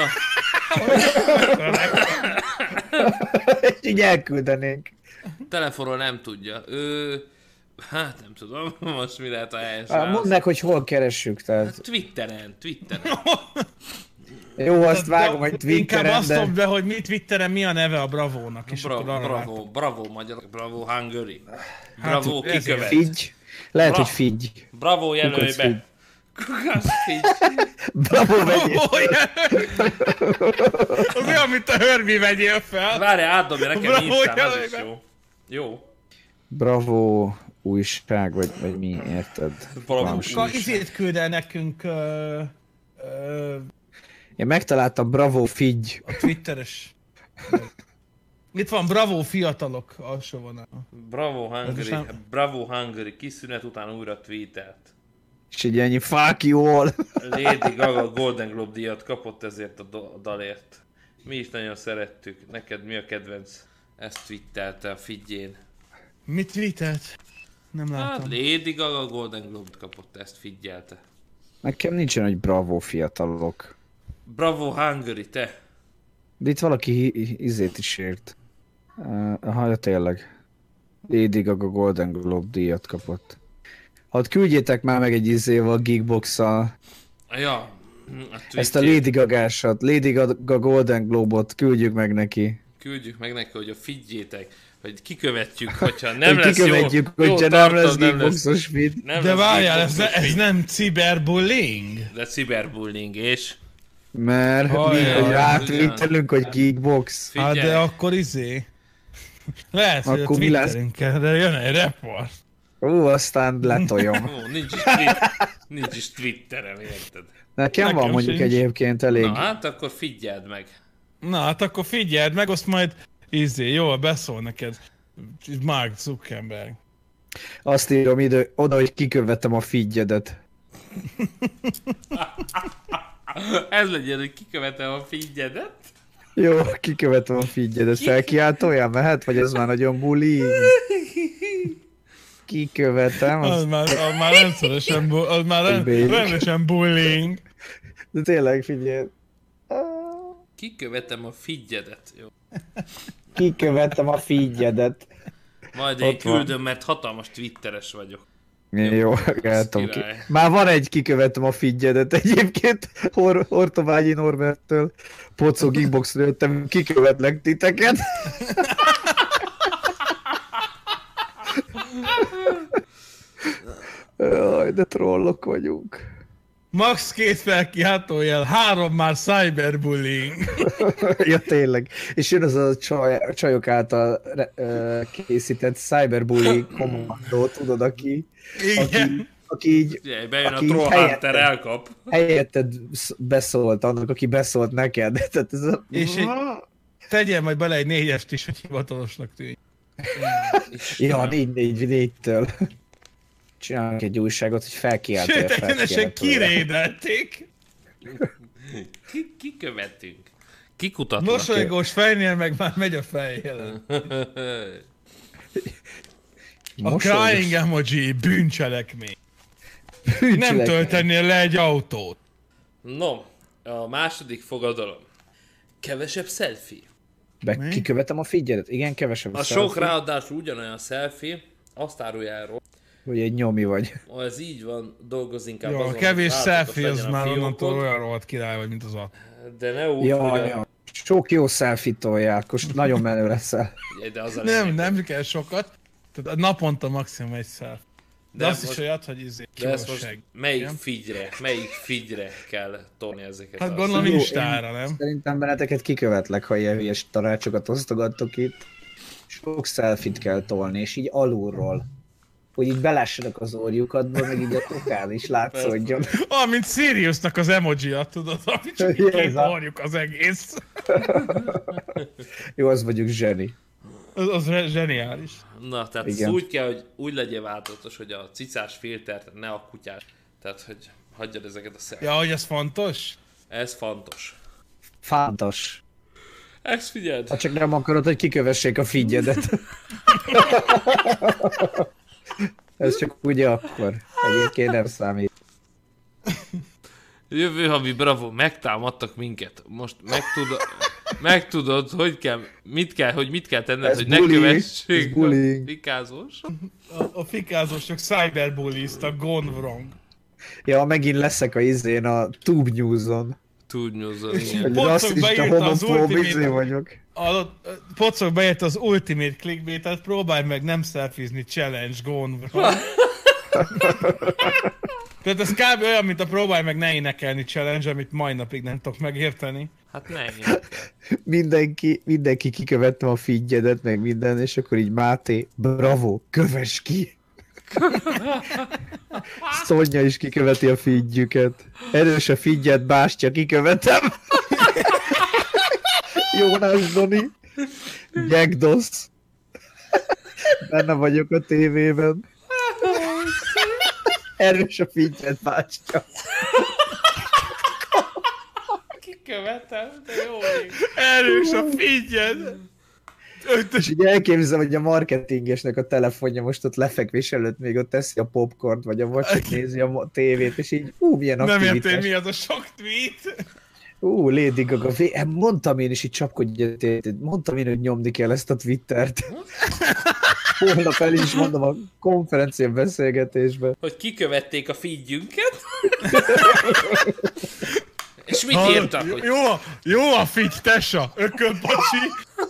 És így elküldenénk. Telefonról nem tudja. Ő... Hát nem tudom, most mi lehet a helyes Ah, mondd meg, hogy hol keressük, tehát. Twitteren, Twitteren. Jó, azt vágom, hogy Inkább Twitteren, azt de... be, hogy mi Twitteren mi a neve a Bravónak. És Bra- akkor arra bravo, látom. bravo magyar, bravo Hungary. Bravo Hát, kikövet. Figy. Lehet, Bra- hogy figy. Bravo jelölj Kukac figy. be. Kukac figy. Bravo vegyél. Az olyan, mint a Hörbi vegyél fel. Várjál, átdobja nekem Bravo Instán, az jelölj is be. jó. Jó. Bravo újság, vagy, vagy mi, érted? Bravo Valami újság. Akkor izét küld el nekünk ö, ö, Én megtaláltam Bravo figy. a twitteres. Itt van Bravo fiatalok alsó vonal. Bravo Hungary, nem- Bravo Hungary, kis szünet után újra tweetelt. És így ennyi fuck you all. Lady Gaga Golden Globe díjat kapott ezért a, do- a dalért. Mi is nagyon szerettük. Neked mi a kedvenc? Ezt twittelte a figyén. Mit tweetelt? Nem Hát látom. Lady Gaga Golden Globe-t kapott, ezt figyelte. Nekem nincsen, hogy bravo fiatalok. Bravo Hungary, te! De itt valaki hi- izét is írt. Uh, aha, ja, tényleg. Lady Gaga Golden Globe díjat kapott. Hát küldjétek már meg egy izével a Geekbox-szal. Ja, a Ezt a tweetjét Lady Gagásat, Lady Gaga Golden Globe-ot küldjük meg neki. küldjük meg neki, hogy a figyétek, hogy kikövetjük, hogyha nem Hogy lesz kikövetjük, jó, jó hogyha nem tartalom, lesz nem lesz, Geekboxos feed. nem De lesz várjál, ez, Geekboxos ne, ez feed. nem cyberbullying? De cyberbullying, és Mert mi Ajaj, hogy igen. rátwittelünk, hogy Geekbox. Hát figyelj, de akkor izé... Lehet, hogy a Akkor mi lesz? Twitterünk kell, de jön egy report. Ó, aztán letoljom. ó, nincs is, twit, nincs is Twitterem, érted? Nekem Nekem van mondjuk sincs. egyébként elég. Na hát akkor figyeld meg. Na hát akkor figyeld meg, azt majd izé, jól beszól neked. Mark Zuckerberg. Azt írom ide, oda, hogy kikövettem a figyedet. Ez legyen, hogy kikövetem a figyedet. Jó, kikövettem a figyedet. Felkiáltóján mehet? Vagy ez már nagyon buli? Kikövetem. Az Az... már, az már rendszeresen, bu- az már rend, Baby. rendesen bullying. De tényleg, figyelj. Kikövetem a figyedet. Jó. Kikövettem a figyedet. Majd én Ott van. küldöm, mert hatalmas twitteres vagyok. Jó, látom ki. Már van egy, kikövetem a feedjedet egyébként, Hor Hortobágyi Norberttől, Pocó Geekboxról jöttem, kikövetlek titeket. Jaj, de trollok vagyunk. Max két felkiáltójel, három már cyberbullying. Ja, tényleg. És jön az a csaj, csajok által uh, készített cyberbullying kommandó, tudod, aki, aki, aki így... Ugye, bejön aki a Trollhunter, elkap. Helyetted beszólt annak, aki beszólt neked. Tehát ez a... És egy, tegyen majd bele egy négyest is, hogy hivatalosnak tűnj. Ja, négy, négy, négytől. Csinálnak egy újságot, hogy felkiáltja. Sőt, egyenesen kirédelték. Ki, ki követünk? Kikutatnak. Mosolygós fejnél meg már megy a fejjelen. A crying emoji bűncselekmény. Nem töltenél le egy autót. No, a második fogadalom. Kevesebb selfie. Be, kikövetem a feedjedet? Igen, kevesebb a selfie. A sok ráadásul ugyanolyan selfie, azt árulja erről. Hogy egy nyomi vagy. Ha ez így van, dolgozz inkább jó, azon. A kevés selfie az már onnantól olyan rohadt király vagy, mint az a... De ne úgy, ja, hogy ja. A... Sok jó selfie toljál, akkor nagyon menő leszel. De az nem, nem kell sokat. Tehát naponta maximum egy selfie. De, de az is olyat, hogy izé de ezt most melyik figyre, melyik figyre kell tolni ezeket? Hát gondolom Instára, nem? Szerintem benneteket kikövetlek, ha ilyen hülyes tanácsokat osztogattok itt. Sok selfie-t kell tolni, és így alulról. Hogy így belássanak az orjukatba, meg így a tokán is látszódjon. Ah, mint Siriusnak az emoji-at, tudod, amit csak így két orjuk az egész. Jó, az vagyok zseni. Az, az zseniális. Na, tehát ez úgy kell, hogy úgy legyél változatos, hogy a cicás filtert, ne a kutyás. Tehát, hogy hagyjad ezeket a selfie. Ja, hogy ez fontos? Ez fontos. Fontos. Ezt figyeld. Ha csak nem akarod, hogy kikövessék a feedjedet. Ez csak ugye akkor. Egyébként nem számít. Jövő havi bravo, megtámadtak minket. Most megtudod, megtudod, hogy kell, mit kell, hogy mit kell tenned, ez hogy bullying, ne kövessék a fikázós. A, a fikázósok cyberbullyiztak, gone wrong. Ja, megint leszek a izén a Tube News-on. Tube News-on, igen. Pocok beírta az ultimate... A, Pocok beírta az ultimate clickbait-et, próbálj meg nem selfiezni challenge, gone wrong. Tehát ez kb. Olyan, mint a próbálj meg ne énekelni challenge, amit mai napig nem tudok megérteni. Hát ne. mindenki, mindenki kikövettem a feedjedet, meg minden, és akkor így Máté, bravo, kövess ki! Szonya is kiköveti a feedjüket. Erős a feedjed, Bástya, kikövetem! Jónás Doni, Jack Doss. Benne vagyok a tévében. Erős a feedjed, Bástya. Kikövetem, de jó ég. Erős a feedjed. És így elképzelem, hogy a marketingesnek a telefonja most ott lefekvés előtt még ott teszi a popcornt, vagy a vacsot nézi a tévét, és így, ú, milyen aktivitás. Nem értem, mi az a sok tweet. Ú, Lady Gaga, mondtam én is így csapkodj, mondtam én, hogy nyomni kell ezt a Twittert. Holnap el is mondom a konferencia beszélgetésben. Hogy kikövették a feedjünket. És mit írtak? Hogy... Jó, jó a feed, tessa, ökölpacsi.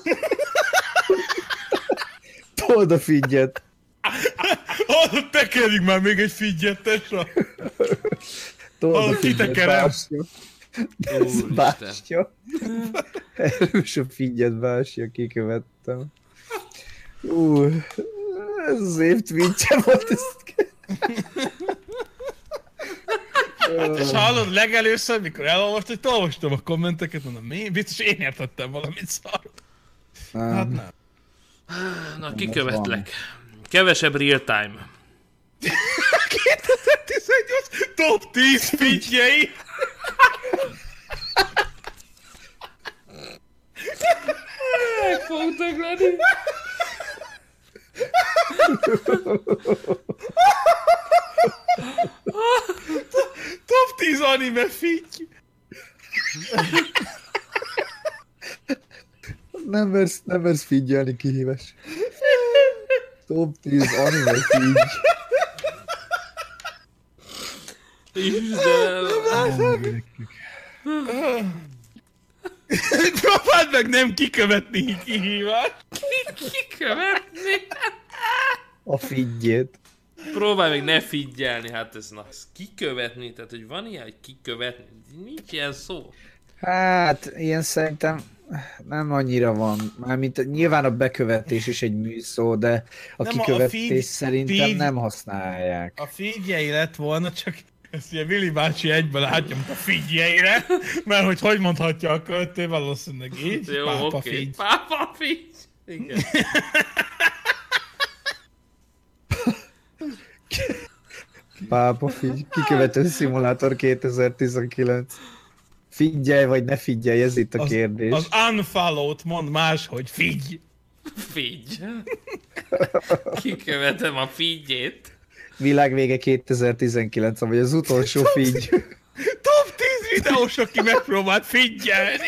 Told a feedjet. Hallod, tekerjük már még egy feedjet, tessa. Hallod, kitekerem. Bástya. Erős a feedjet, Bástya, kikövettem. Ú, ez az év tweetje volt, ezt és hallod, legelőször, mikor elolvastam, hogy olvastam a kommenteket, mondom, mi? Biztos én értettem valamit szar. Hát nem. Na, kikövetlek. Kevesebb real time. kétezer-tizennyolc top tíz feedjei. Meg fogtok lenni. Top tíz anime feed. Nem mersz, nem mersz figyelni, kihívás. Top tíz anime feed. Istenem! Próbáld meg nem kikövetni kihívást! Kikövetni? A figyét. Próbálj meg ne figyelni, hát ez na. Kikövetni, tehát hogy van ilyen, hogy kikövetni, nincs ilyen szó. Hát, ilyen szerintem nem annyira van. Mármint nyilván a bekövetés is egy műszó, de a Nem, kikövetés a feed, szerintem feed, nem használják. A figyei lett volna, csak ezt ugye Willy bácsi egyből átnyomt a figyeire, mert hogy hogy mondhatja a költő, valószínűleg így. Jó, Pápa oké. figy. Pápa figy. Igen. Pápa figy. Kikövető szimulátor kétezer-tizenkilenc. Figyelj vagy ne figyelj, ez itt a az, kérdés. Az unfollow-t mond máshogy, figy. Figy. Kikövetem a figyét. Világvége kétezer-tizenkilenc, vagy az utolsó figy. Top tíz videós, aki megpróbált figyelni.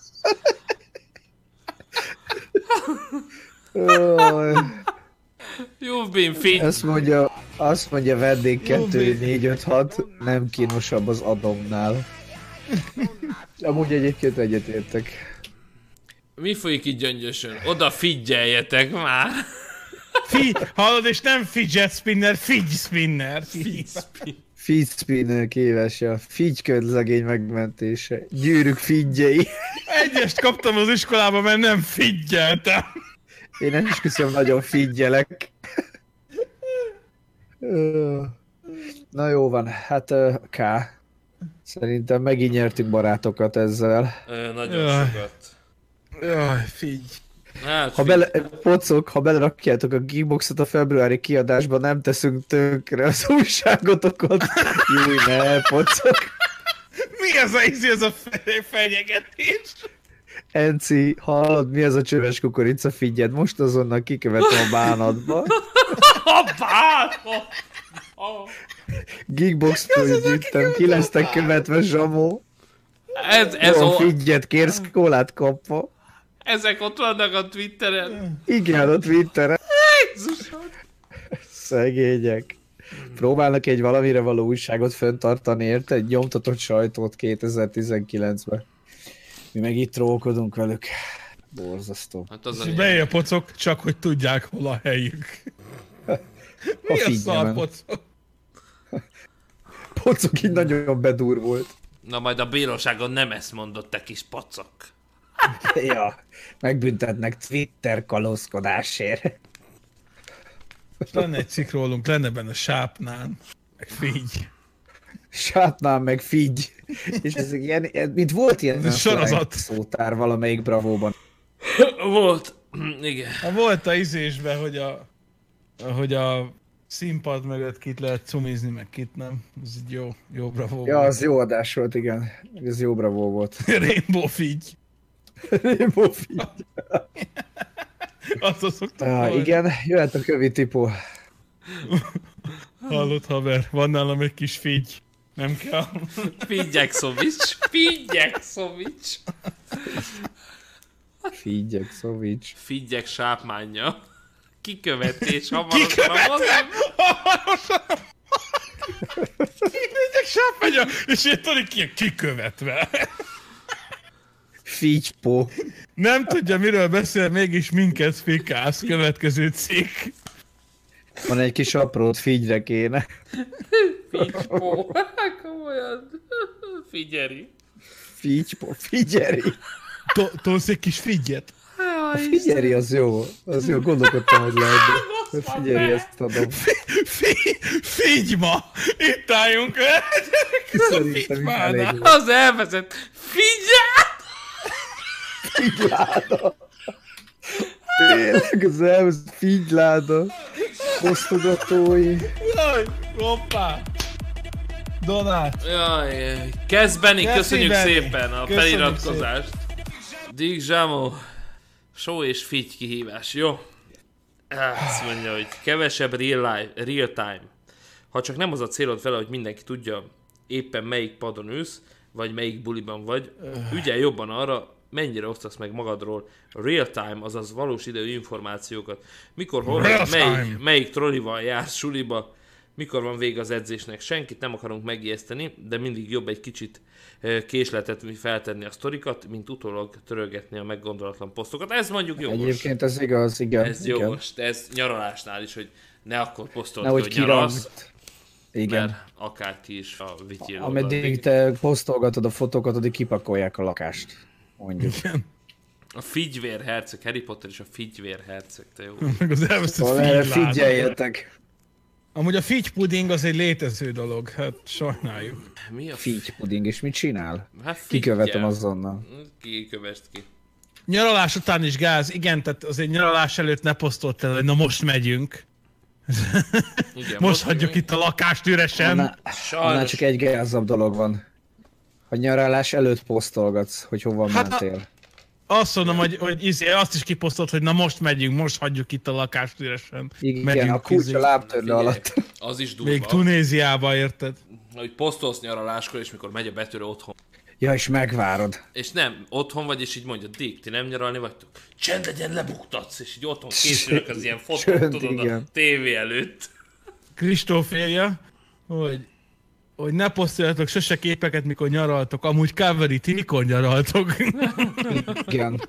You've been figy. Azt mondja, azt mondja vendég kettő négy öt hat, nem kínosabb az Adomnál. Amúgy egyébként egyetértek. Mi folyik így gyöngyösön? Oda figyeljetek már! Fi, hallod, és nem fidget spinner, figy spinner. Figy spinner kívesja, figyköd szegény megmentése. Gyűrűk figyei. Egyest kaptam az iskolában, mert nem figyeltem. Én nem is köszönöm, nagyon figyelek. Na jó van, hát K. Szerintem megint nyertünk barátokat ezzel. Ö, nagyon Jaj. sokat. Jaj, figy. Hát, ha bele, pocok, ha belerakjátok a Geekboxot a februári kiadásba, nem teszünk tönkre az újságotokat. Júj, ne, pocok. Mi ez a ízi, ez a fenyegetés? Enci, hallod, mi ez a csöves kukorica, figyeld, most azonnal kikövetem a bánatba. A bánat! Geekbox-től gyűjtem, ki lesztek követve, Zsamó. Ez, ez a... Figyeld, kérsz kólát kapva. Ezek ott vannak a Twitteren. Igen, a Twitteren. Jézusom! Szegények. Próbálnak egy valamire való újságot fenntartani, érte? Egy nyomtatott sajtót kétezer-tizenkilencben. Mi meg itt trókodunk velük. Borzasztó. Hát az és bejön a pocok, csak hogy tudják, hol a helyük. Mi a, a szar pocok? Pocok így nagyon bedurvult. Na majd a bíróságon nem ezt mondott, te kis pocok. Ja, megbüntetnek Twitter kalózkodásért. Lenne egy cikk rólunk, lenne benne Sápnán, meg Figy. Sápnán, meg Figy. És ez ilyen, mint volt ilyen sorozat szótár valamelyik Bravóban. Volt, igen. Volt a izésben, hogy a, hogy a színpad mögött kit lehet cumizni, meg kit nem. Ez egy jó, jó Bravó Ja, volt. az jó adás volt, igen. Ez jó Bravó volt. Rainbow Figy. Rainbow Figy. Azt szoktam ah, igen, jöhet a kövi tipó. Hallott haver, van nálam egy kis figy. Nem kell. Figyek Szovics, Figyek Szovics. Figyek Szovics. Figyek sápmánya. Kikövetés hamarosan a mozim. Figyek sápmánya, és én tudni ki kikövetve. Figypó. Nem tudja, miről beszél, mégis minket fikász. Következő cikk. Van egy kis aprót, figyre kéne. Figypó. Komolyan. Figyeri. Figypó. Figyeri. Tolsz egy kis figyet. A figyeri az jó. Az jó, gondolkodtam, hogy lehet. A figyeri, ezt adom. Figy ma! Itt álljunk. Szerintem elég volt. Az elvezet. Figyel! Figyláda. Tényleg az elvezet figyláda. Osztogatói. Jaj, hoppá. Donát. Jaj, kezd Benni, köszönjük Benni. szépen a köszönjük feliratkozást. Dig Zsámó, show és figy kihívás, jó? Azt mondja, hogy kevesebb real, life, real time. Ha csak nem az a célod vele, hogy mindenki tudja éppen melyik padon ülsz, vagy melyik buliban vagy, ügyelj jobban arra, mennyire osztasz meg magadról real time, azaz valós idejű információkat. Mikor, hol, melyik, melyik trollival jársz suliba, Mikor van vége az edzésnek? Senkit nem akarunk megijeszteni, de mindig jobb egy kicsit késletet feltenni a sztorikat, mint utólag törölgetni a meggondolatlan posztokat. Ez mondjuk jogos. Egyébként ez igaz, igen. Ez igen. jogos, de ez nyaralásnál is, hogy ne akkor posztold ne, ki, hogy hogy nyaralsz, igen. mert akárki is a vityil ameddig te posztolgatod a fotókat, addig kipakolják a lakást, mondjuk. Igen. A figyvérherceg, Harry Potter és a figyvérherceg, te jó. Meg az elveszett szóval figyeljetek. Amúgy a figypuding az egy létező dolog, hát sajnáljuk. Mi a figypuding, és mit csinál? Hát kikövetem azonnal. Kikövest ki. Nyaralás után is gáz, igen, tehát azért nyaralás előtt ne posztolt el, hogy na most megyünk. Igen, most, most hagyjuk itt a lakást üresen. Annál, annál csak egy gázabb dolog van. Ha nyaralás előtt posztolgatsz, hogy hova hát mentél. A... Azt mondom, hogy, hogy izé, azt is kiposztolt, hogy na most megyünk, most hagyjuk itt a lakást üresen. Igen, megyünk, a kulcs a lábtörlő alatt. Az is durva. Még Tunéziába, érted? Hogy posztolsz nyaraláskor, és mikor megy a betörő otthon. Ja, és megvárod. És nem, otthon vagy, és így mondja, Dick, ti nem nyaralni vagytok? Csend legyen, lebuktatsz, és így otthon készülök az ilyen fotók, tudod, igen. A tévé előtt. Kristóf írja, hogy, hogy ne posztoljatok sose képeket, mikor nyaraltok. Amúgy Kaveri, ti mikor nyaraltok? Igen.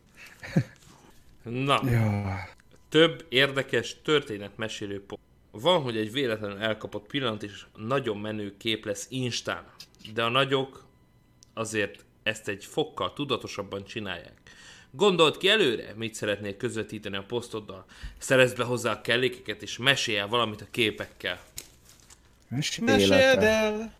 Na, ja. Több érdekes történetmesélő pont. Van, hogy egy véletlenül elkapott pillanat, és nagyon menő kép lesz Instán. De a nagyok azért ezt egy fokkal tudatosabban csinálják. Gondold ki előre, mit szeretnél közvetíteni a posztoddal. Szerezd be hozzá a kellékeket, és mesélj el valamit a képekkel. Meséld el!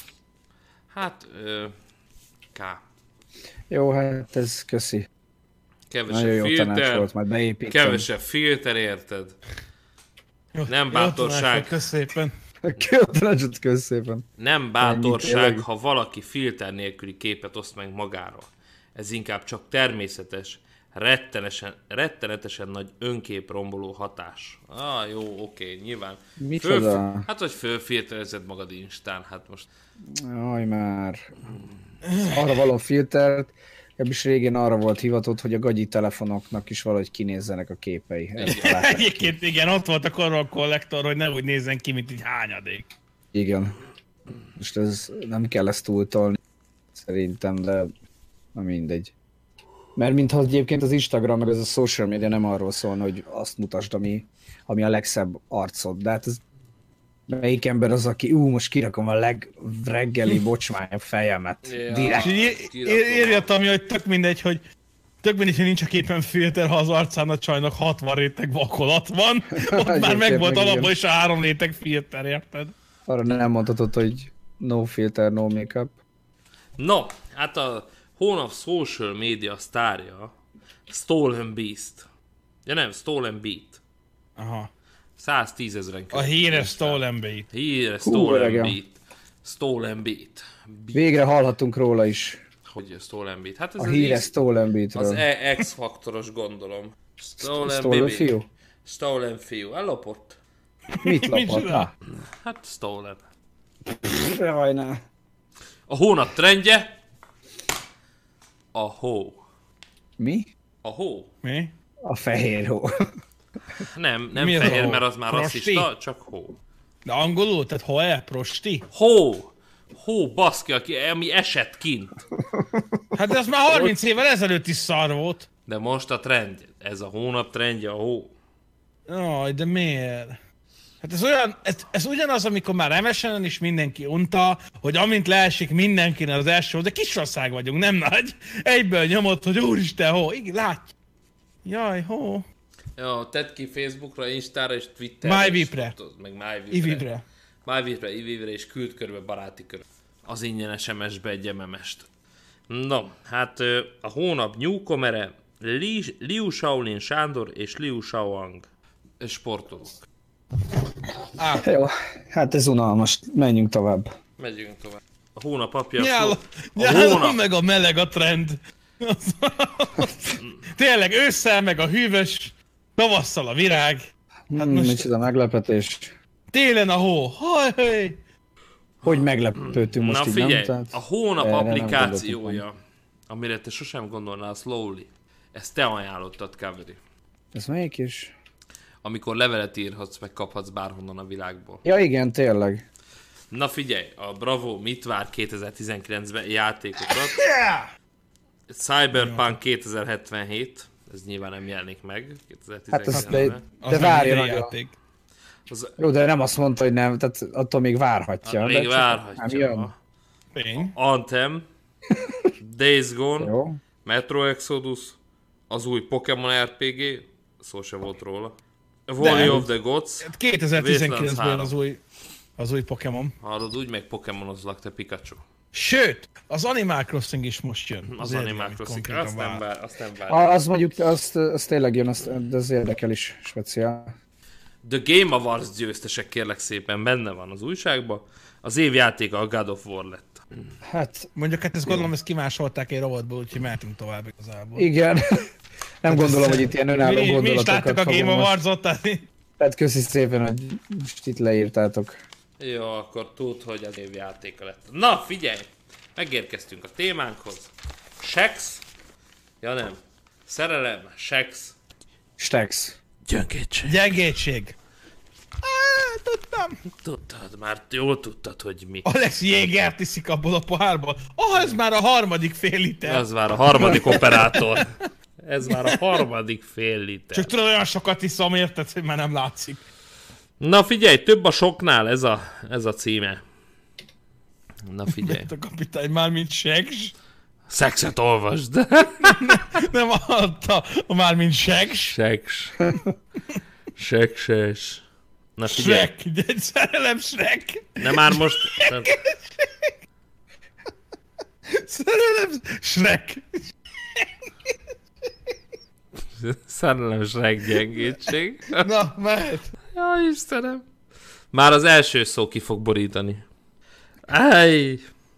Hát, ö, K. Jó, hát ez köszi. Kevesebb filter, volt, majd beépítem. Kevesebb filter, érted? Jó, nem bátorság. Köszépen. Köszépen. Nem bátorság, ha valaki filter nélküli képet oszt meg magáról. Ez inkább csak természetes, rettenesen, rettenetesen nagy önképromboló hatás. Ah, jó, oké, nyilván. Micsoda? Hát, hogy fölfilterezed magad Instán, hát most... Jaj, már. Arra való filtert, ebbis régén arra volt hivatott, hogy a gagyi telefonoknak is valahogy kinézzenek a képei. Egyébként igen, ott volt a Coral Collector, hogy ne úgy nézzen ki, mint így hányadék. Igen. Most ez nem kell ezt túltolni, szerintem, de na mindegy. Mert mintha egyébként az Instagram meg ez a social media nem arról szólna, hogy azt mutasd, ami, ami a legszebb arcod. De hát ez melyik ember az, aki ú, most kirakom a legreggeli bocsmányabb fejemet. Ja, direkt. Írjattam, hogy tök mindegy, hogy tök mindegy, hogy nincs a képen filter, ha az arcán a csajnak hatvan réteg vakolat van. Ott már meg volt alapban is a három réteg filter, érted? Arra nem mondhatod, hogy no filter, no makeup. No, hát a hónap social media sztárja Stolen Beast. Ja nem, Stolen Beat. Aha. száztízezren A híres Stolen Beat. Híres Stolen Hú, Beat. Stolen Beat. Beat. Végre hallhattunk róla is. Hogy a Stolen Beat? Hát ez a híres Stolen Beatről. Az X-faktoros gondolom. Stolen, Stolen fiú? Stolen fiú. Ellopott. Mit lopott? Hát Stolen. Jajná. A hónap trendje. A hó. Mi? A hó. Mi? A fehér hó. Nem, nem Mi fehér, mert az már rasszista, csak hó. De angolul? Tehát hó-e? Prosti? Hó! Hó, baszki, aki, ami esett kint. Hát de az már harminc évvel ezelőtt is szar volt. De most a trend. Ez a hónap trendje, a hó. Jaj, de miért? Hát ez olyan, ez, ez ugyanaz, amikor már em es en is mindenki unta, hogy amint leesik mindenkinek az első, de kisország vagyunk, nem nagy. Egyből nyomott, hogy úristen, hó, igen, látj. Jaj, hó. Ja, tedd ki Facebookra, Instára és Twitterre. MyVip-re. Meg MyVip-re. Ivivre. MyVip-re, Ivivre és küld körbe baráti kör. Az ingyen es em es-be egy em em est. No, hát a hónap newcomere Li, Liu Shaolin Sándor és Liu Shaoang sportolók. Ah. Jó, hát ez unalmas. Menjünk tovább. Megyünk tovább. A hónap apja... Nyála, nyála hónap... meg a meleg a trend. Tényleg ősszel meg a hűvös, tavasszal a virág. Hát most... Micsoda meglepetés. Télen a hó. Hajj! Hogy meglepődtünk most Na, így, figyelj, nem? Tehát a hónap applikációja, amire te sosem gondolnál, Slowly, ezt te ajánlottad, Kaveri. Ez melyik is? amikor levelet írhatsz, meg kaphatsz bárhonnan a világból. Ja igen, tényleg. Na figyelj, a Bravo mit vár kétezer-tizenkilencben játékokat? Cyberpunk kétezer-hetvenhét, ez nyilván nem jelenik meg kétezer-tizenkilencben. Hát az, de, de várja nagyon. Az... Jó, de nem azt mondta, hogy nem, tehát attól még várhatja. Hát még várhatja. Anthem, Days Gone, jó. Metro Exodus, az új Pokémon er pé gé, szó se volt róla. Valley of the Gods. kétezer-tizenkilencben az új, az új Pokémon. Hallod, úgy meg Pokémonozlak, te Pikachu. Sőt, az Animal Crossing is most jön. Az Animal Crossing, azt nem vár, azt nem vár. Az mondjuk, azt, azt tényleg jön, azt, de az érdekel is speciál. The Game Awards győztesek kérlek szépen benne van az újságban. Az év játéka a God of War lett. Hát, mondjuk hát ezt gondolom, ezt kimásolták egy robotból, úgyhogy mehetünk tovább igazából. Igen. Nem gondolom, hogy itt ilyen önálló mi, gondolatokat mi is láttuk a Game Awards-ot, tehát... Tehát köszi szépen, hogy itt leírtátok. Jó, akkor tud, hogy az év játéka lett. Na, figyelj! Megérkeztünk a témánkhoz. Sex? Ja nem. Szerelem, sex. Stex. Gyöngétség. Gyengétség. Á, tudtam. Tudtad, már jól tudtad, hogy mi. Alex Jégert iszik abból a pohárból. Ah, ez már a harmadik fél liter. Ez már a harmadik operátor. Ez már a harmadik fél liter. Csak tudod, olyan sokat iszom, érted, hogy már nem látszik. Na figyelj, több a soknál, ez a, ez a címe. Na figyelj. Mert a kapitány már mint seks. Szexet olvasd. Nem adta, már mint seks. Seks. Sekses. Na figyelj. Shrek, egy szerelem Shrek. De már most... Szerelem Shrek. Szerelem Shrek gyengétség. Na, mehet. Jaj, Istenem. Már az első szó ki fog borítani. Áj.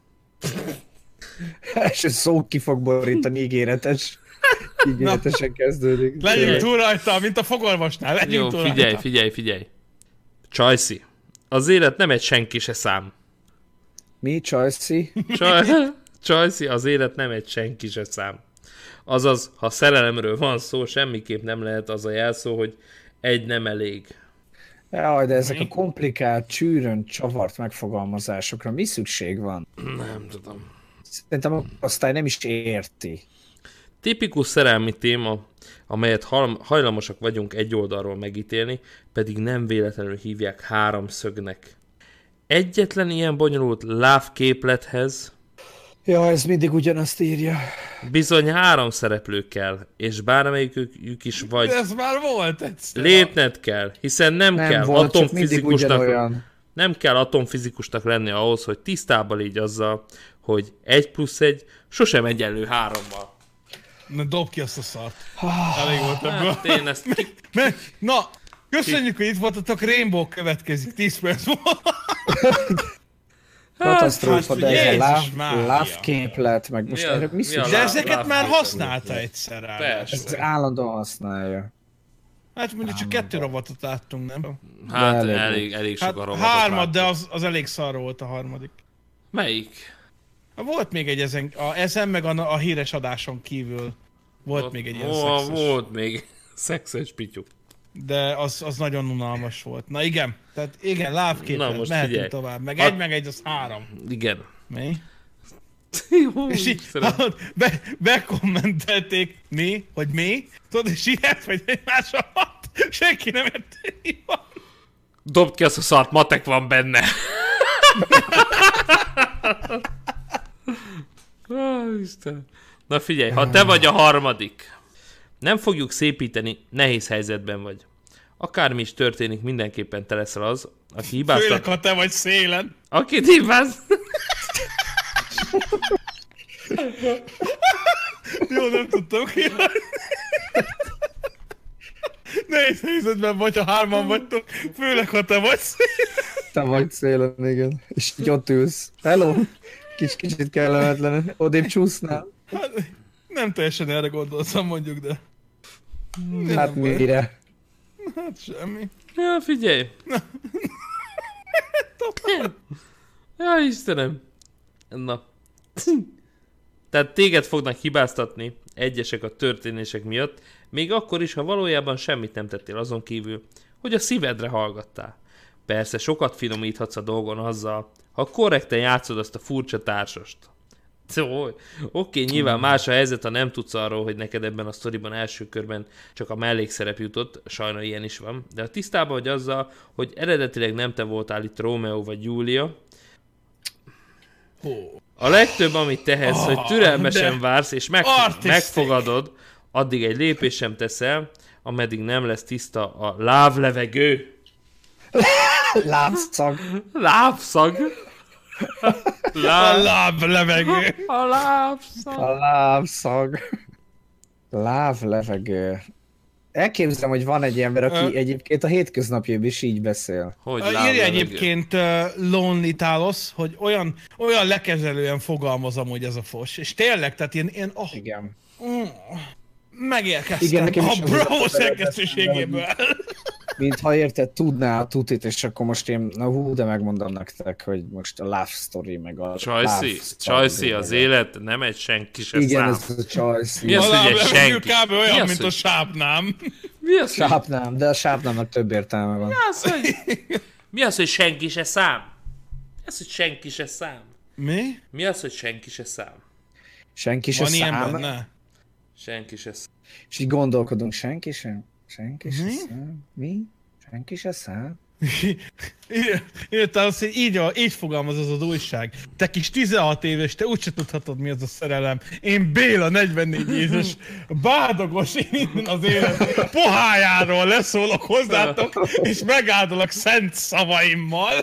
Első szó ki fog borítani, ígéretes. Ígéretesen kezdődik. Legyünk túl rajta, mint a fogorvosnál. Legyünk Jó, túl figyelj, rajta. figyelj, figyelj. Csajci. Az élet nem egy senki se szám. Mi, Csajci? Csaj... Csajci, az élet nem egy senki se szám. Azaz, ha szerelemről van szó, semmiképp nem lehet az a jelszó, hogy egy nem elég. Jaj, de ezek a komplikált, csűrön, csavart megfogalmazásokra mi szükség van? Nem tudom. Szerintem a osztály nem is érti. Tipikus szerelmi téma, amelyet hajlamosak vagyunk egy oldalról megítélni, pedig nem véletlenül hívják háromszögnek. Egyetlen ilyen bonyolult lávképlethez Ja, ez mindig ugyanazt írja. bizony három szereplő kell, és bármelyikük is vagy... Ez már volt egyszer. Létned kell, hiszen nem, Nem kell volt, atomfizikusnak... Nem kell atomfizikusnak lenni ahhoz, hogy tisztában légy azzal, hogy egy plusz egy sosem egyenlő hárommal. Na, dob ki azt a szart. Elég volt ebből. Hát én ezt ki... Na, köszönjük, hogy itt voltatok. Rainbow következik tíz perc múlva. Katasztrófa, Hát, de ez a Jézus láv, lávképlet, meg most Mi a- erre mi mi a szükség? De láv- ezeket már láv- használta egyszer rá. Persze. Ez állandóan használja. Hát mondjuk csak kettő robotot láttunk, nem? Hát elég elég, elég sok Hát a robotot hármat, de láttuk. az, az elég szar volt a harmadik. Melyik? Volt még egy ezen, a, ezen meg a, a híres adáson kívül. Volt Ott- még egy ilyen ó, szexes. Volt még szexes pityú. De az, az nagyon unalmas volt. Na igen, tehát igen, Na, lávképlet, most mehetünk figyelj. tovább. Meg A- egy, meg egy, az három. Igen. Mi? Jó, És így, Istenem. hallod, be, bekommentelték mi, hogy mi, tudod, és ilyet, vagy egymás alatt, senki nem érte, mi van. Dobd ki azt a szart, matek van benne. Ó, Isten. Na figyelj, ha te vagy a harmadik, nem fogjuk szépíteni, nehéz helyzetben vagy. Akármi is történik, mindenképpen te leszel az, aki Főleg, hibáztat. ha te vagy szélen. Akit hibáz... Jó, nem tudtam ki. Nehéz helyzetben vagy, ha hárman vagytok, főleg, ha te vagy szélen. Te vagy szélen, igen. És így ott ülsz. Hello! Kis, kicsit kellemetlen. Odébb csúsznál. Hát, nem teljesen erre gondoltam, mondjuk, de... Hát mire? Hát semmi. Ja, figyelj. Ja, Istenem. Na. Tehát téged fognak hibáztatni, egyesek a történések miatt, még akkor is, ha valójában semmit nem tettél azon kívül, hogy a szívedre hallgattál. Persze sokat finomíthatsz a dolgon azzal, ha korrekten játszod azt a furcsa társast. Szóval, oké, nyilván más a helyzet, ha nem tudsz arról, hogy neked ebben a sztoriban első körben csak a mellékszerep jutott, sajna ilyen is van, de ha tisztában vagy azzal, hogy eredetileg nem te voltál itt Rómeó vagy Júlia, a legtöbb, amit tehetsz, hogy türelmesen vársz, és meg, megfogadod, addig egy lépés sem teszel, ameddig nem lesz tiszta a lávlevegő. Lábszag. Lábszag. Láb... A láblevegő. A lábszag. A lábszag. Lávlevegő. Elképzelem, hogy van egy ember, aki uh, egyébként a hétköznapjában is így beszél. Hogy írja egyébként uh, Lonely Talos, hogy olyan, olyan lekezelően fogalmaz amúgy ez a fos. És tényleg, tehát ilyen... ilyen oh, igen. Mm, megérkeztem igen, nekem a bro szerkesztőségéből. Mintha érted, tudná a tutit, és akkor most én, na hú, de megmondom nektek, hogy most a love story, meg a Csajci, Csajci, az élet nem egy senki se igen, szám. Igen, ez a Csajci. Mi az, hogy egy senki? Kb. Olyan, mi az, mint hogy... a sápnám. Mi az, hogy... Sápnám, de a sápnámnak több értelme van. Mi az, hogy, mi az, hogy senki se szám? Mi az, hogy senki se szám? Mi? Mi az, hogy senki se szám? Senki se van szám? Van ilyen benne? Senki se szám. És így gondolkodunk, senki sem? Senki se szám? Mi? Senki se szám? Írtam azt, hogy így, így fogalmaz az az újság. Te kis tizenhat éves, te úgyse tudhatod, mi az a szerelem. Én Béla, negyvennégy éves, bádogos, én innen az élet pohájáról leszólok hozzátok, és megáldolok szent szavaimmal.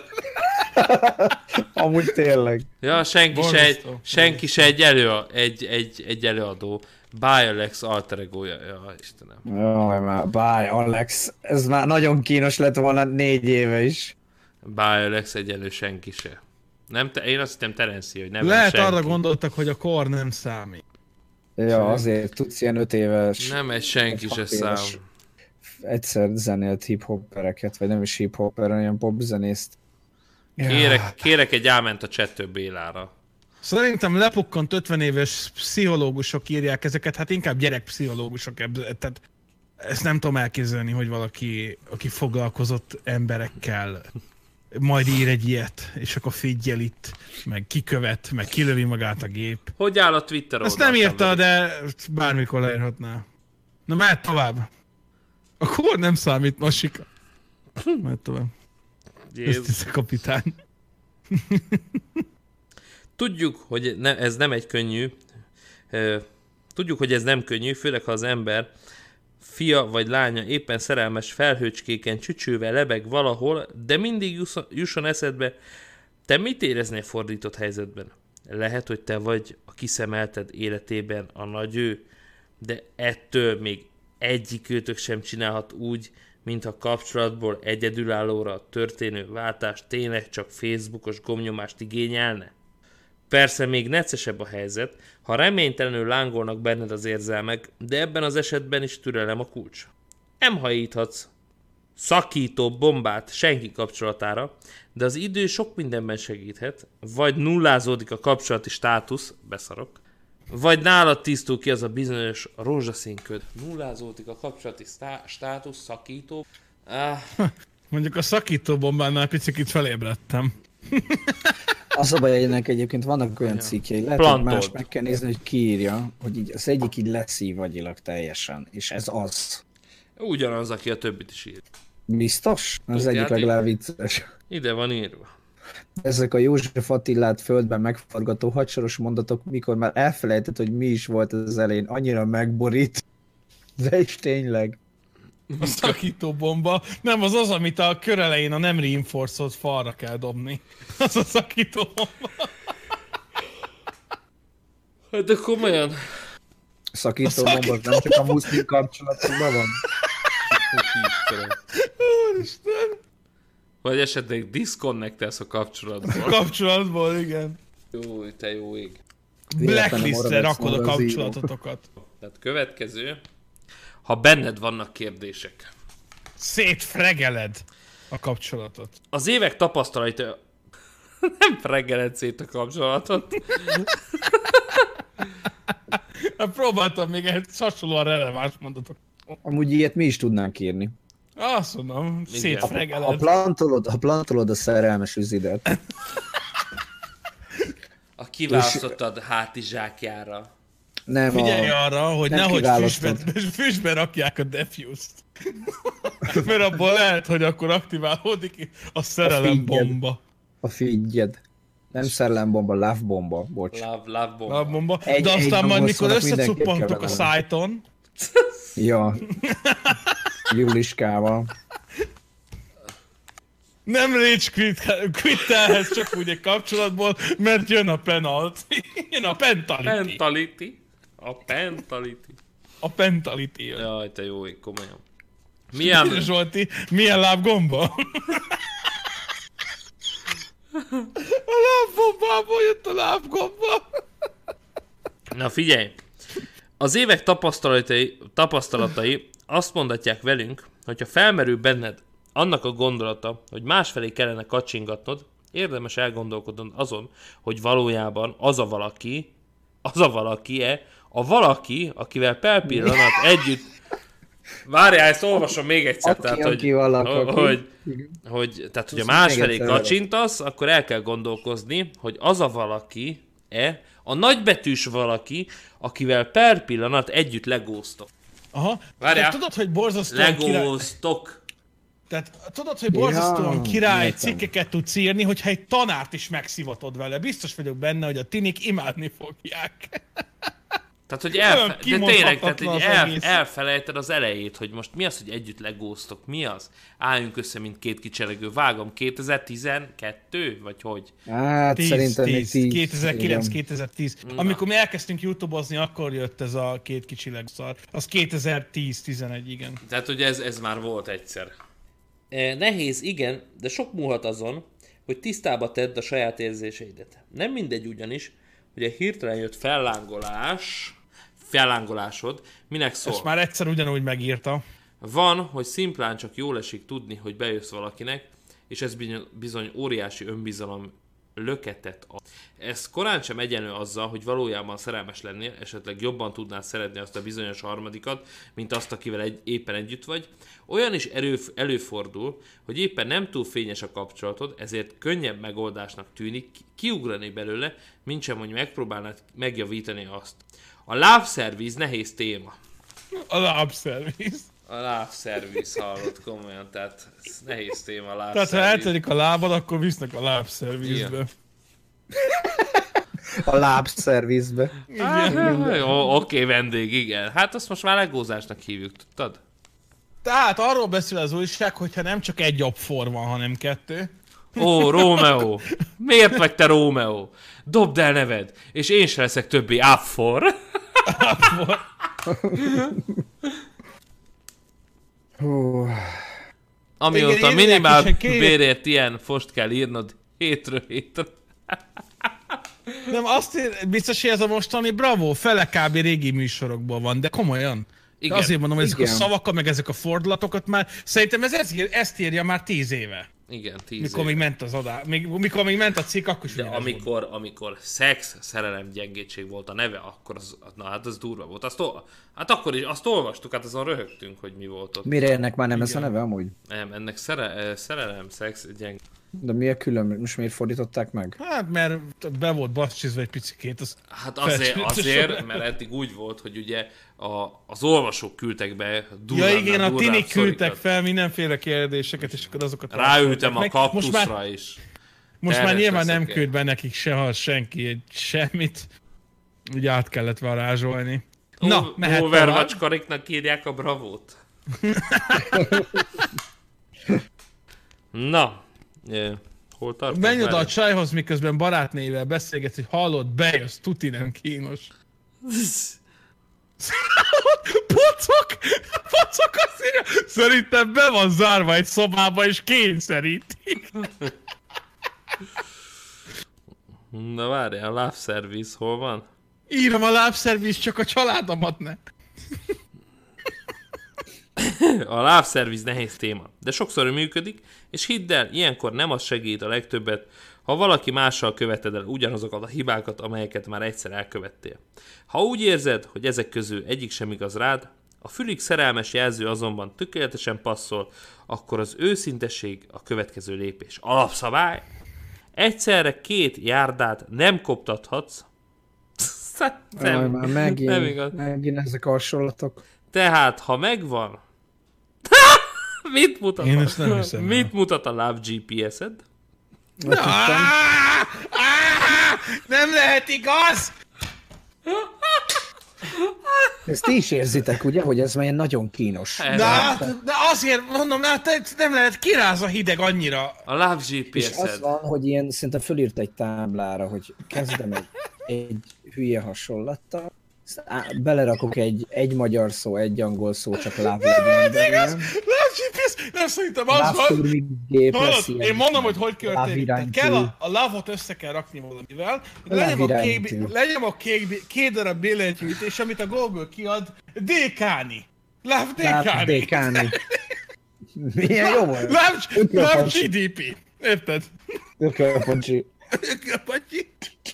Amúgy tényleg. Ja, senki se egy, senki se egy, elő, egy, egy, egy előadó. Bye Alex alter egója, ja, Istenem. Jaj, már Bye Alex, ez már nagyon kínos lett volna négy éve is. Bye Alex egyenlő senki se. Nem te, én azt hittem Terence, hogy nem lehet senki. Arra gondoltak, hogy a kor nem számít. Ja, azért tudsz ilyen öt éves... Nem egy senki se szám. Egyszer zenélt hip-hoppereket, vagy nem is hip-hopper, ilyen popzenészt. Kérek, kérek egy áment a csettő Bélára. Szerintem lepukkant ötven éves pszichológusok írják ezeket, hát inkább gyerekpszichológusok, tehát ezt nem tudom elképzelni, hogy valaki, aki foglalkozott emberekkel, majd ír egy ilyet, és akkor figyel itt, meg kikövet, meg kilövi magát a gép. Hogy áll a Twitter oldal? Ezt nem írta, de bármikor leírhatná. Na mehet tovább. A kor nem számít, Masika. Mehet tovább. Ezt a kapitány. Tudjuk, hogy ne, ez nem egy könnyű, tudjuk, hogy ez nem könnyű, főleg ha az ember fia vagy lánya éppen szerelmes felhőcskéken csücsülve lebeg valahol, de mindig jusson eszedbe, te mit éreznél fordított helyzetben? Lehet, hogy te vagy a kiszemelted életében a nagy ő, de ettől még egyikőtök sem csinálhat úgy, mintha kapcsolatból egyedülállóra történő váltás tényleg csak Facebookos gomnyomást igényelne? Persze még neccesebb a helyzet, ha reménytelenül lángolnak benned az érzelmek, de ebben az esetben is türelem a kulcs. Nem hajíthatsz szakító bombát senki kapcsolatára, de az idő sok mindenben segíthet, vagy nullázódik a kapcsolati státusz, beszarok, vagy nálad tisztul ki az a bizonyos rózsaszínköd. Nullázódik a kapcsolati stá- státusz, szakító. Ah. Mondjuk a szakító bombánál picit itt felébredtem. Az a baj, ennek egyébként vannak olyan cikkjei, lehet, Plantold. Hogy más meg kell nézni, hogy ki írja, hogy így az egyik így leszív agyilag teljesen, és ez az. Ugyanaz, aki a többit is ír. Biztos? Az egyik legalább vicces. Ide van írva. Ezek a József Attilát földben megforgató hadsoros mondatok, mikor már elfelejtett, hogy mi is volt az elején, annyira megborít. De is tényleg. A szakító bomba nem az az, amit a kör elején a nem reinforcolt falra kell dobni. Az a szakító bomba. Hát de komolyan. Szakító, szakító bomba nem csak a muszlim kapcsolatokban van. Úristen. Vagy esetleg disconnectelsz a kapcsolatból. A kapcsolatból, igen. Jó, te jó ég. Blacklistre rakod a kapcsolatotokat. Tehát következő. Ha benned vannak kérdések. Szétfregeled a kapcsolatot. Az évek tapasztalata... Nem fregeled szét a kapcsolatot. Hát próbáltam még egy hasonlóan releváns mondatok. Amúgy ilyet mi is tudnánk írni. Azt mondom, szétfregeled. Ha plantolod, ha plantolod a szerelmes üzidet. A kiválasztottad hátizsákjára. Nem Figyelj a... arra, hogy nem nehogy füstbe, füstbe rakják a defuse-t. Mert abból lehet, hogy akkor aktiválódik a szerelembomba. A figyed. Nem szerelembomba, love bomba, bocs. Love, love bomba. Love bomba. Egy, De aztán majd mikor összecuppantok a szájt. szájton. Ja. Juliskával. Nem rage quittelhez, csak úgy egy kapcsolatból, mert jön a penalty. Jön a pentality. Pentality. A pentality. A pentality jön. Jaj, te jó ég, komolyan. Milyen... Zsolti, milyen lábgomba? A lábgombából jött a lábgomba. Na figyelj! Az évek tapasztalatai, tapasztalatai azt mondatják velünk, hogyha felmerül benned annak a gondolata, hogy másfelé kellene kacsingatnod, érdemes elgondolkodnod azon, hogy valójában az a valaki, az a valaki-e, a valaki, akivel per pillanat együtt... Várjál, ezt olvasom még egyszer, aki, tehát, aki hogy, valaki, hogy, hogy, tehát, hogy a másfelé kacsintasz, akkor el kell gondolkozni, hogy az a valaki-e, a nagybetűs valaki, akivel per pillanat együtt legóztok. Aha. Várjál. Tudod, hogy borzasztóan Legóztok. Király... Tehát tudod, hogy borzasztóan Ja, király értem. cikkeket tudsz írni, hogyha egy tanárt is megszivatod vele. Biztos vagyok benne, hogy a tinik imádni fogják. Tehát, hogy elfe... Olyan De tényleg, tehát, kimondhatatlan hogy az el... egész. elfelejted az elejét, hogy most mi az, hogy együtt legóztok, mi az? Álljunk össze, mint két kicseregő. Vágom, kétezer-tizenkettő? Vagy hogy? Hát tíz, szerintem még tíz, tíz. kétezer-kilenc igen. kétezer-tíz. Amikor mi elkezdtünk YouTube-ozni, akkor jött ez a két kicsi legszar. Az kétezer-tíz-tizenegy, igen. Tehát, hogy ez, ez már volt egyszer. E, nehéz, igen, de sok múlhat azon, hogy tisztába tedd a saját érzéseidet. Nem mindegy ugyanis, hogy a hirtelen jött fellángolás, fellángolásod minek szól. Ezt már egyszer ugyanúgy megírta. Van, hogy szimplán csak jól esik tudni, hogy bejössz valakinek, és ez bizony, bizony óriási önbizalom löketet ad. Ez korán sem egyenlő azzal, hogy valójában szerelmes lennél, esetleg jobban tudnál szeretni azt a bizonyos harmadikat, mint azt, akivel egy, éppen együtt vagy. Olyan is erő, előfordul, hogy éppen nem túl fényes a kapcsolatod, ezért könnyebb megoldásnak tűnik kiugrani belőle, mint sem, hogy megpróbálnád megjavítani azt. A love service nehéz téma. A lábszerviz. A love service hallott komolyan, tehát ez nehéz téma a love Tehát ha service. eltörik a lábad, akkor visznek a lábszervizbe. A lábszervizbe. Ah, jó, oké, vendég, igen. Hát azt most már legózásnak hívjuk, tudtad? Tehát arról beszél az újság, hogyha nem csak egy abfor van, hanem kettő. Ó, Rómeó! Miért vagy te Rómeó? Dobd el neved, és én se leszek többé abfor. Abfor. Hú. Amióta Igen, minimál írják is, hogy bérért ilyen fost kell írnod hétről hétre. Nem, azt ér, biztos, hogy ez a mostani Bravo fele kb. Régi műsorokból van, de komolyan. Igen. De azért mondom, hogy ezek Igen. a szavakat, meg ezek a fordulatokat már, szerintem ez, ez ezt írja már tíz éve. Igen, tíz Mikor év. még ment az adás, még, mikor még ment a cikk, akkor is De ugyanez volt. amikor, amikor szex, szerelem, gyengétség volt a neve, akkor az, na hát az durva volt. Azt, ol- hát akkor is azt olvastuk, hát azon röhögtünk, hogy mi volt ott. Mire ennek már nem ez a neve amúgy? Nem, ennek szere, szerelem, szex, gyeng... De mi a külön? Most miért fordították meg? Hát mert be volt basszizva egy picikét. Az Hát azért, felcsújtott azért, során. mert eddig úgy volt, hogy ugye a, az olvasók küldtek be durvább, Ja igen, a durvább tinik küldtek szorikat. fel mindenféle kérdéseket, és akkor azokat Ráültem a meg. Most kaktuszra már, is. most már Terhes nyilván nem leszek küld be nekik sehol senki egy semmit. Úgy át kellett varázsolni. Na, O- mehet Overwatch tovább. kariknak írják a bravót. Na, yeah. Hol tartunk? Menj oda a Várj. csajhoz, miközben barátnével beszélgetsz, hogy hallod, bejössz, tuti nem kínos. Pocok! Pocok azt írja! Szerintem be van zárva egy szobába, és kényszerítik. Na várjál, a love service hol van? Írom a lábszerviz, csak a családomat ne. A live service nehéz téma, de sokszor működik, és hidd el, ilyenkor nem az segít a legtöbbet, ha valaki mással követed el ugyanazokat a hibákat, amelyeket már egyszer elkövettél. Ha úgy érzed, hogy ezek közül egyik sem igaz rád, a fülig szerelmes jelző azonban tökéletesen passzol, akkor az őszintesség a következő lépés. Alapszabály! Egyszerre két járdát nem koptathatsz. Nem, Aj, már megint, nem igaz. Megint ezek a hasonlatok. Tehát, ha megvan... Mit mutat? Én ezt nem hiszem. Mit mutat a Love gé pé es-ed? Nem lehet igaz! Ezt ti is érzitek, ugye, hogy ez már nagyon kínos. Na, de azért mondom, nem lehet kiráz a hideg annyira. A Love gé pé es-ed. És az van, hogy ilyen szinte fölírt egy táblára, hogy kezdem egy, egy hülye hasonlattal, belerakok egy, egy magyar szó, egy angol szó, csak láv legyen belőle. Love gé pé es, nem szerintem az van. Hallod, én mondom, hogy hogy történik. Kell a, a lávot össze kell rakni valamivel, legyen a, kék, legyen a kék, két darab billentyűítés, amit a Google kiad, dékáni. Láv dékáni. dékáni. Milyen jó volt? Láv gé dé pé. Érted? Ökölponcsi. Ökölponcsi.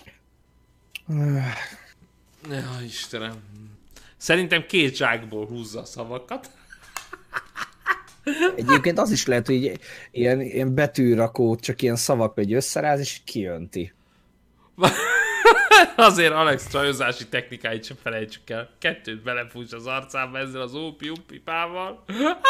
Ja, Istenem. Szerintem két zsákból húzza a szavakat. Egyébként az is lehet, hogy ilyen, ilyen betűrakót csak ilyen szavak egy összeráz, és kijönti. Azért Alex csajozási technikáit sem felejtsük el. Kettőt belefújts az arcába ezzel az ópium pipával.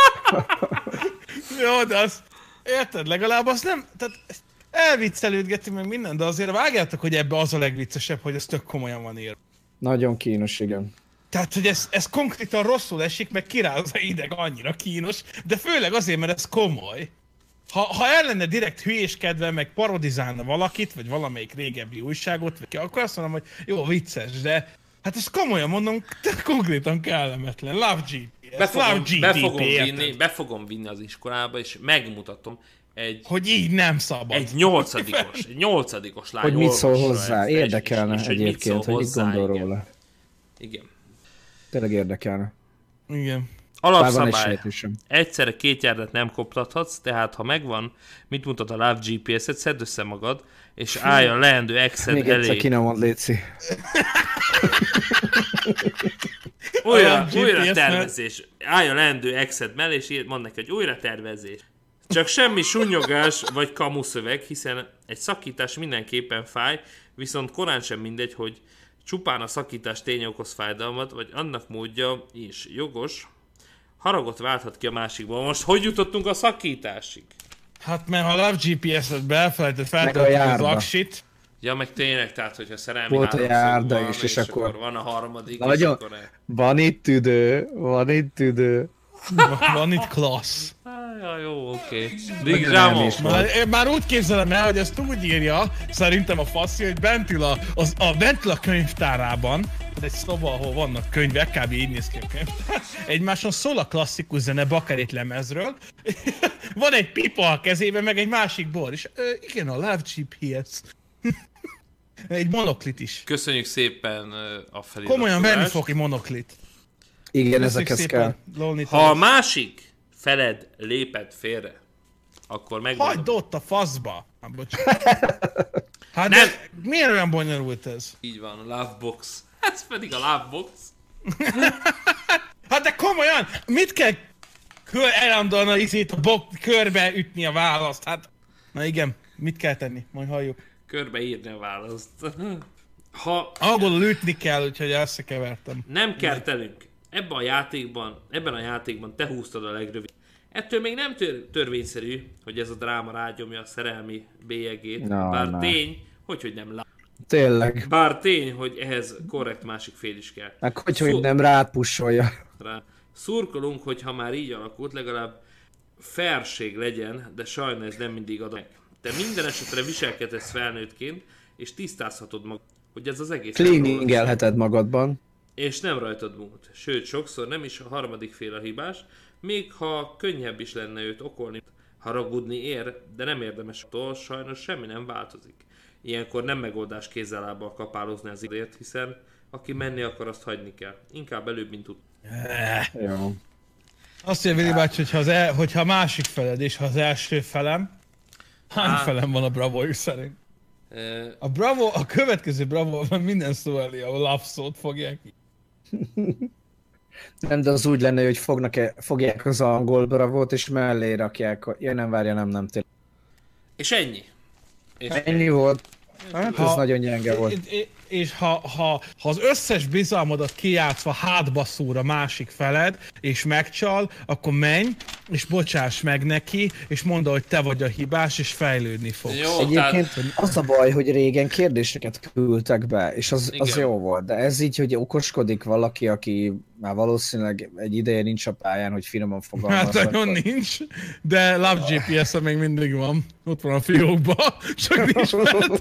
Jó, de az... Érted, legalább az nem... Tehát elviccelődgeti meg minden, de azért vágjátok, hogy ebbe az a legviccesebb, hogy ez tök komolyan van írva. Nagyon kínos, igen. Tehát, hogy ez, ez konkrétan rosszul esik, meg kiráz a ideg, annyira kínos, de főleg azért, mert ez komoly. Ha, ha el lenne direkt hülyéskedve, meg parodizálna valakit, vagy valamelyik régebbi újságot, vagy, akkor azt mondom, hogy jó, vicces, de hát ezt komolyan mondom, konkrétan kellemetlen. Love gé pé es, be fogom, Love gé dé pé, be fogom vinni, be fogom vinni az iskolába, és megmutatom egy... Hogy így nem szabad. Egy nyolcadikos, egy nyolcadikos lány. Hogy mit szól hozzá, érdekelne és, és, egyébként, hogy, hogy mit gondol róla. Igen. Tényleg érdekelne. Igen. Alapszabály. Egyszerre két járdát nem koptathatsz, tehát ha megvan, mit mutat a Love gé pé es-et, szedd össze magad, és állj a leendő exed elé. Még egyszer ki nem mond, léci. Újra, újra tervezés. Állj a leendő exed mellé, és mondd neki, hogy újra tervezés. Csak semmi sunnyogás vagy kamuszöveg, hiszen egy szakítás mindenképpen fáj, viszont korán sem mindegy, hogy csupán a szakítás ténye okoz fájdalmat, vagy annak módja is jogos, haragot válthat ki a másikból. Most hogy jutottunk a szakításig? Hát mert ha a Love gé pé es-et beelfelejtett feltölteni az aksit. Ja, meg tényleg, tehát hogyha szerelmi volt a járda van, is, és, és akkor... akkor van a harmadik, nagyon... és akkor... Van itt tüdő, van itt tüdő. Van itt klassz. Ja, jó, oké. Okay. Már, már úgy képzelem el, hogy ezt úgy írja, szerintem a faszi, hogy bent ül a, az, a, bent ül a könyvtárában, egy szoba, ahol vannak könyvek, kb. Így néz ki a könyvtár. Egymáson szól a klasszikus zene Bakarit lemezről, van egy pipa a kezében, meg egy másik bor, és ö, igen, a Love gé pé es. Egy monoklit is. Köszönjük szépen a feliratozást. Komolyan venni fog egy monoklit. Igen, ezekhez kell. Ha a másik feled lépett félre, akkor meg... Hagyd ott a faszba! Hát nem. De miért olyan bonyolult ez? Így van, a Lovebox. Ez pedig a Lovebox. Hát de komolyan! Mit kell elrandolni izét a bok, körbe ütni a választ? Hát, na igen, mit kell tenni? Majd halljuk. Körbe írni a választ. Ha... Angolul ütni kell, úgyhogy összekevertem. Nem kertelünk. Ebben a játékban, ebben a játékban te húztad a legrövid. Ettől még nem tör- törvényszerű, hogy ez a dráma rágyomja a szerelmi bélyegét. No, bár no. tény, hogy, hogy nem lát. Tényleg. Bár tény, hogy ehhez korrekt másik fél is kell. Meg hogy, Szur- hogy nem rápussolja. Rá. Szurkolunk, hogy ha már így alakult, legalább fairség legyen, de sajnos ez nem mindig ad meg. Te minden esetre viselkedhetsz felnőttként, és tisztázhatod magad, hogy ez az egész... Cleaningelheted magadban. És nem rajtad múlt. Sőt, sokszor nem is a harmadik fél a hibás, még ha könnyebb is lenne őt okolni. Haragudni ér, de nem érdemes attól, sajnos semmi nem változik. Ilyenkor nem megoldás kézzel-lábbal kapálozni azért, hiszen aki menni akar, azt hagyni kell. Inkább előbb, mint tud. Jó. Azt mondja Vili bácsi, hogyha, az el, hogyha a másik feled és ha az első felem, hány Á. felem van a Bravojuk szerint? Uh... A Bravo, a következő Bravo-ban minden szó elé a love szót fogják. Nem, de az úgy lenne, hogy fognak -e, fogják az angol Bravót és mellé rakják. Ja nem, várja, nem, nem tényleg. És ennyi. És ennyi volt. Hát ha, ez nagyon gyenge volt. És, és ha, ha, ha az összes bizalmadat kijátszva hátba szúr a másik feled, és megcsal, akkor menj, és bocsáss meg neki, és mondd, hogy te vagy a hibás, és fejlődni fogsz. Jó, egyébként tehát... az a baj, hogy régen kérdéseket küldtek be, és az, az jó volt. De ez így, hogy okoskodik valaki, aki már valószínűleg egy ideje nincs a pályán, hogy finoman fogalmaz. Hát nagyon nincs, de Love gé pé es-e még mindig van. Ott van a fiókban, csak nincs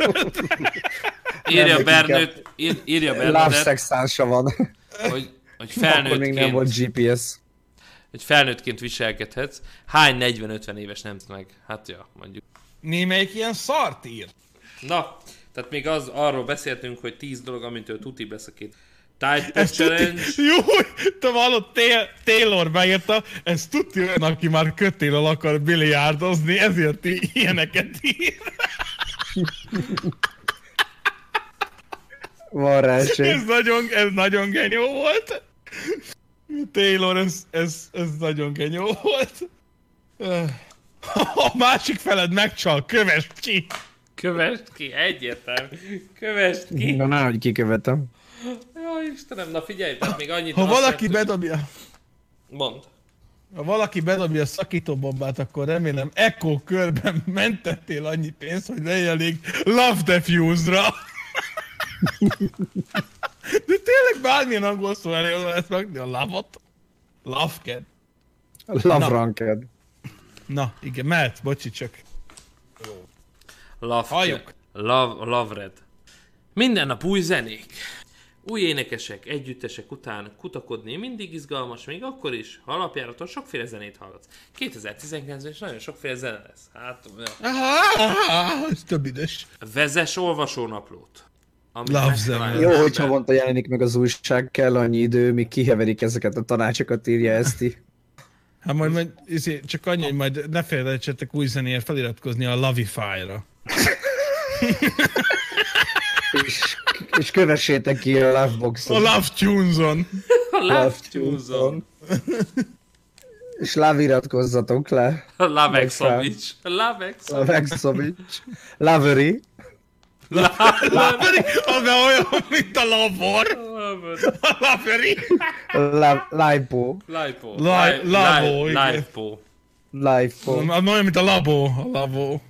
Írja Bernőt, ír, írja Bernőt, Love szexánsa van. Hogy, hogy felnőttként, akkor még nem volt gé pé es. Hogy felnőttként viselkedhetsz. Hány negyven-ötven éves nem meg? Hát ja, mondjuk. Némelyik ilyen szart ír. Na, tehát még az, arról beszéltünk, hogy tíz dolog, amintől tuti lesz a két Type Challenge. Jó, te hallott, Taylor beírta, ez tuti olyan, aki már kötéllel akar biliárdozni, ezért ilyeneket ír. Van rá esély. Ez nagyon, ez nagyon genyó volt. Taylor, ez, ez, ez nagyon genyó volt. A másik feled megcsal, kövesd ki. Kövesd ki, egyértelmű. Kövesd ki. Na, nehogy kikövetem. Jaj, Istenem, na figyelj, tehát még annyit... Ha valaki bedobja... Mondd. Ha valaki bedobja a szakítóbombát, akkor remélem Echo körben mentettél annyi pénzt, hogy legyen elég Love Defuse-ra. De tényleg bármilyen angol szó elég oda lehet rakni a Love-ot. Love-ked. Love Ranked. Na, igen, mehet, bocsi csak. Love, love, love Red. Minden nap új zenék. Új énekesek, együttesek után kutakodni mindig izgalmas, még akkor is, ha alapjáraton sokféle zenét hallgatsz. kétezer-tizenkilencben is nagyon sokféle zene lesz. Hát, ja. Ez több üdes. Vezess olvasónaplót. Love zene. Jó, hogyha mondta jelenik meg az újság, kell annyi idő, míg kiheverik ezeket a tanácsokat, írja Eszti. Hát majd, majd csak annyi, hogy majd ne felejtsetek új zenéért feliratkozni a Lovify-ra. és, és kövessétek ki a Loveboxon. A Love Tunes-on. A Love Tunes-on. És Love iratkozzatok le. A Love Exovics. Love Exovics. Lovery. Lovery? Az olyan, mint a labor. A Lovery. Lipo. Lipo. Lavo. Lipo. Lipo. Olyan, mint a labo. A labo.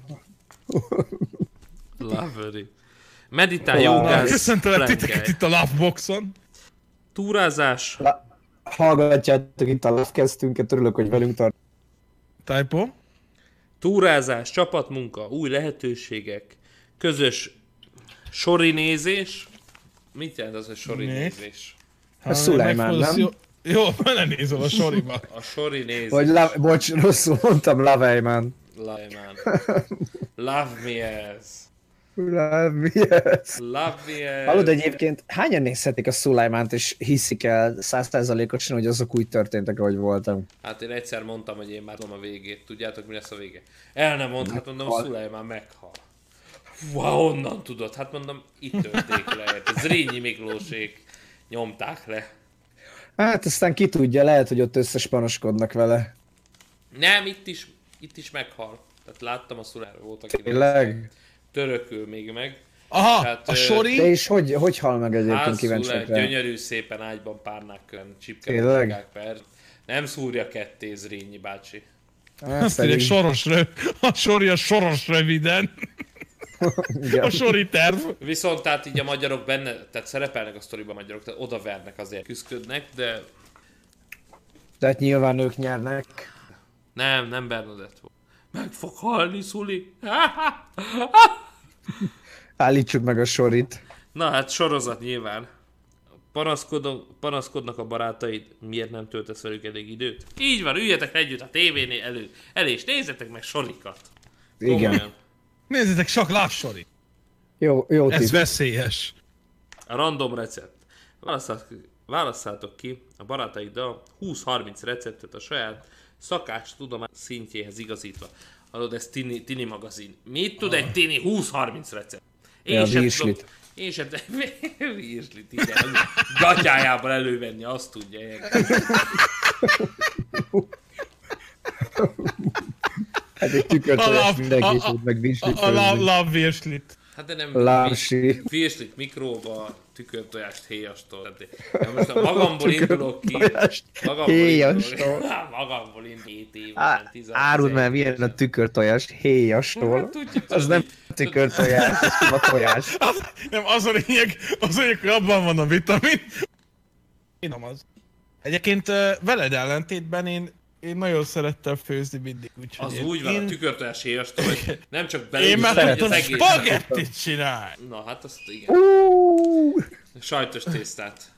Lovery. Meditálj, jogász, köszöntelek titeket itt a Loveboxon. Túrázás. La- hallgatjátok itt a Lovecastünket, örülök, hogy velünk tart. Typo. Túrázás, csapatmunka, új lehetőségek, közös sorinézés. Mit jelent az, hogy sorinézés? A Szulajmán, nem? Jó, jó, belenézol a soriba. A sorinézés. Vagy la- bocs, rosszul mondtam, Lavejmán. Lavejmán. Love me as. Love me as. Love me as. Hallod, egyébként hányan nézhetik a Szulajmánt és hiszik el száz százalékosan, hogy azok úgy történtek, ahogy voltam? Hát én egyszer mondtam, hogy én már tudom a végét. Tudjátok, mi lesz a vége? El nem mond, hát mondom, a Szulajmán meghal. Wow, honnan tudod? Hát mondom, itt törték le. Zrínyi Miklósék nyomták le. Hát aztán ki tudja, lehet, hogy ott összespanoskodnak vele. Nem, itt is, itt is meghal. Tehát láttam a Szulára, volt aki tényleg? Törökül még meg. Aha, hát, a sori? De és hogy, hogy hal meg egyébként, kíváncsiak rá? Gyönyörű szépen ágyban párnák kön, csipkelőségák per. Nem szúrja ketté Zrínyi bácsi. Azt tényleg soros röv, a sori a soros röviden. A sori terv. Viszont tehát így a magyarok benne, tehát szerepelnek a sztoriban a magyarok, tehát odavernek, azért küzdködnek, de... De hát nyilván ők nyernek. Nem, nem Bernadett volt. Meg fog halni, Szuli. Állítsuk meg a sorit. Na hát sorozat nyilván. Panaszkodnak, panaszkodnak a barátaid, miért nem töltesz velük elég időt? Így van, üljetek együtt a tévénél elő, elé, és nézzetek meg sorikat. Igen. Komolyan. Nézzetek csak Love Story. Jó, jó Ez tip. veszélyes. A random recept. Válasszátok ki a barátaiddal húsz-harminc receptet a saját szakás tudomány szintjéhez igazítva. Hallod, ez tini, tini magazin. Mit tud egy tini húsz-harminc recept? Én ja, sem virslit. tudom. Én sem tudom. Virslit, igen. Gatyájában elővenni, azt tudja. Hát egy tükörtojás mindenki tud meg virslit főzni. A labvirslit. Hát de nem Lábsi. virslit mikróba, tükörtojást héjastól. Tehát, most a magamból indulok ki. Magamból héjastól. indulok. Magamból indulok két év. Áruld már milyen a tükörtojás héjastól. Az nem tükörtojás, az a tojás. Nem, az a lényeg, az a lényeg, hogy abban van a vitamin. Én nem az. Egyébként veled ellentétben én Én nagyon szerettem főzni mindig, úgyhogy az én, úgy van én... a tükörtojás héjastól, hogy nem csak belül, én már tudtam egész... spagettit csinálni. Na hát azt igen. Uh! Sajtos tésztát.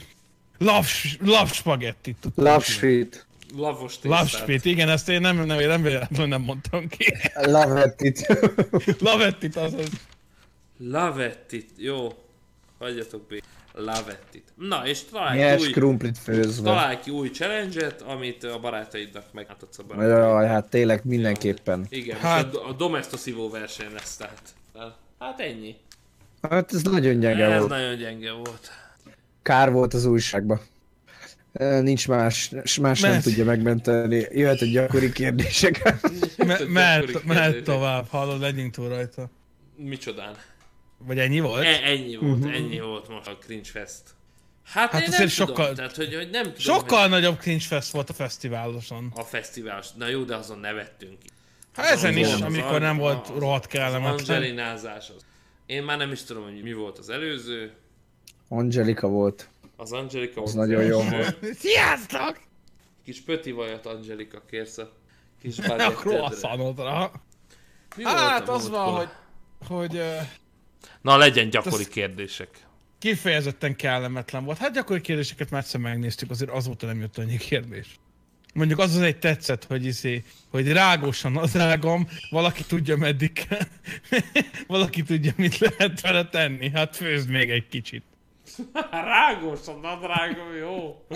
Lav spagettit tudtam. Lapsvét. Lavos tésztát. Lapsvét, igen, ezt én nem, nem, nem véletlenül nem mondtam ki. Lavettit. Lavettit, azaz. Lavettit, jó. Hagyjatok be. Lavettit. Na, és találj Nyers új... krumplit főzve. Találj ki új challenge-et, amit a barátaidnak megátadsz a barátaidnak. Jaj, hát tényleg mindenképpen. Igen, Hát- a, a Domestos szívó verseny lesz, tehát. Hát ennyi. Hát ez nagyon gyenge Ez volt. nagyon gyenge volt. Kár volt az újságban. Nincs más, más nem Mert- tudja megmenteni. Jöhet a gyakori kérdések. Me- Mehet mehet tovább, hallod, legyünk túl rajta. Micsodán? Vagy ennyi volt? E- ennyi volt, ennyi volt most a Cringe Fest. Hát, Hát én nem azért tudom, sokkal- tehát, hogy, hogy nem tudom, Sokkal hogy nagyobb cringe fest volt a fesztiváloson. a fesztivál, na jó, de azon nevettünk ki. Hát ezen Azon is, volt az amikor an- nem volt az- rohadt Az kellemetlen. angelinázás az. Én már nem is tudom, hogy mi volt az előző. Angelika volt. Az Angelika Az volt nagyon jó első. volt. Sziasztok! Kis pöti vajat, Angelika, kérsz a kis A bagettedre. croissantodra. Mi volt Hát a az van, múltkor? hogy, hogy uh, Na, legyen gyakori kérdések. kifejezetten kellemetlen volt. Hát gyakori kérdéseket már egyszer megnéztük, azért azóta nem jött annyi kérdés. Mondjuk az az egy tetszett, hogy izé, hogy rágósan az rágom, valaki tudja meddig kell. Valaki tudja, mit lehet vele tenni. Hát főzd még egy kicsit. Rágós a nadrágom, jó?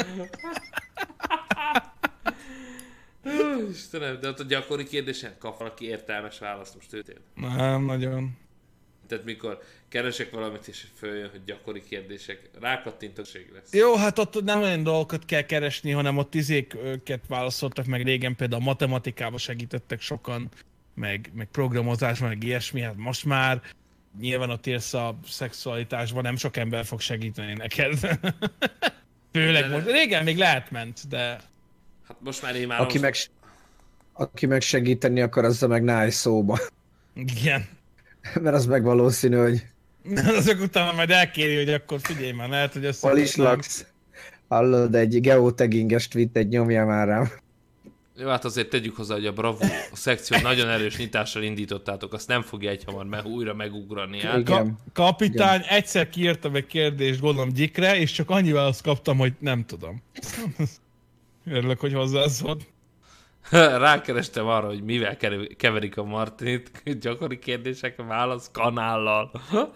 Ó, Istenem, de ott a gyakori kérdésen kap valaki értelmes választ most őtél. Nem, nagyon. Tehát mikor keresek valamit és följön, hogy gyakori kérdések, rákattintoség lesz. Jó, hát ott nem olyan dolgokat kell keresni, hanem ott izéket válaszoltak meg régen, például a matematikában segítettek sokan, meg, meg programozásban, meg ilyesmi, hát most már nyilván ott érsz a szexualitásban, nem sok ember fog segíteni neked. Főleg De- most. Régen még lehet ment, de... Hát most már én már... Aki az... meg, aki meg segíteni akar, azzal meg ne állj szóba. Igen. Mert az meg valószínű, hogy Azok utána majd elkéri, hogy akkor figyelj már, lehet, hogy ezt... hol is laksz. Hallod, egy geotagging-es tweetet nyomja már rám. Jó, hát azért tegyük hozzá, hogy a Bravo a szekció nagyon erős nyitással indítottátok, azt nem fogja egyhamar meg, újra megugrani. Hát? Igen. Ka- kapitány, egyszer kiírtam egy kérdést, gondolom Gyikre, és csak annyi választ kaptam, hogy nem tudom. Örülök, hogy hozzászólt. Rákerestem arra, hogy mivel kever- keverik a Martinit, gyakori kérdések, válasz kanállal.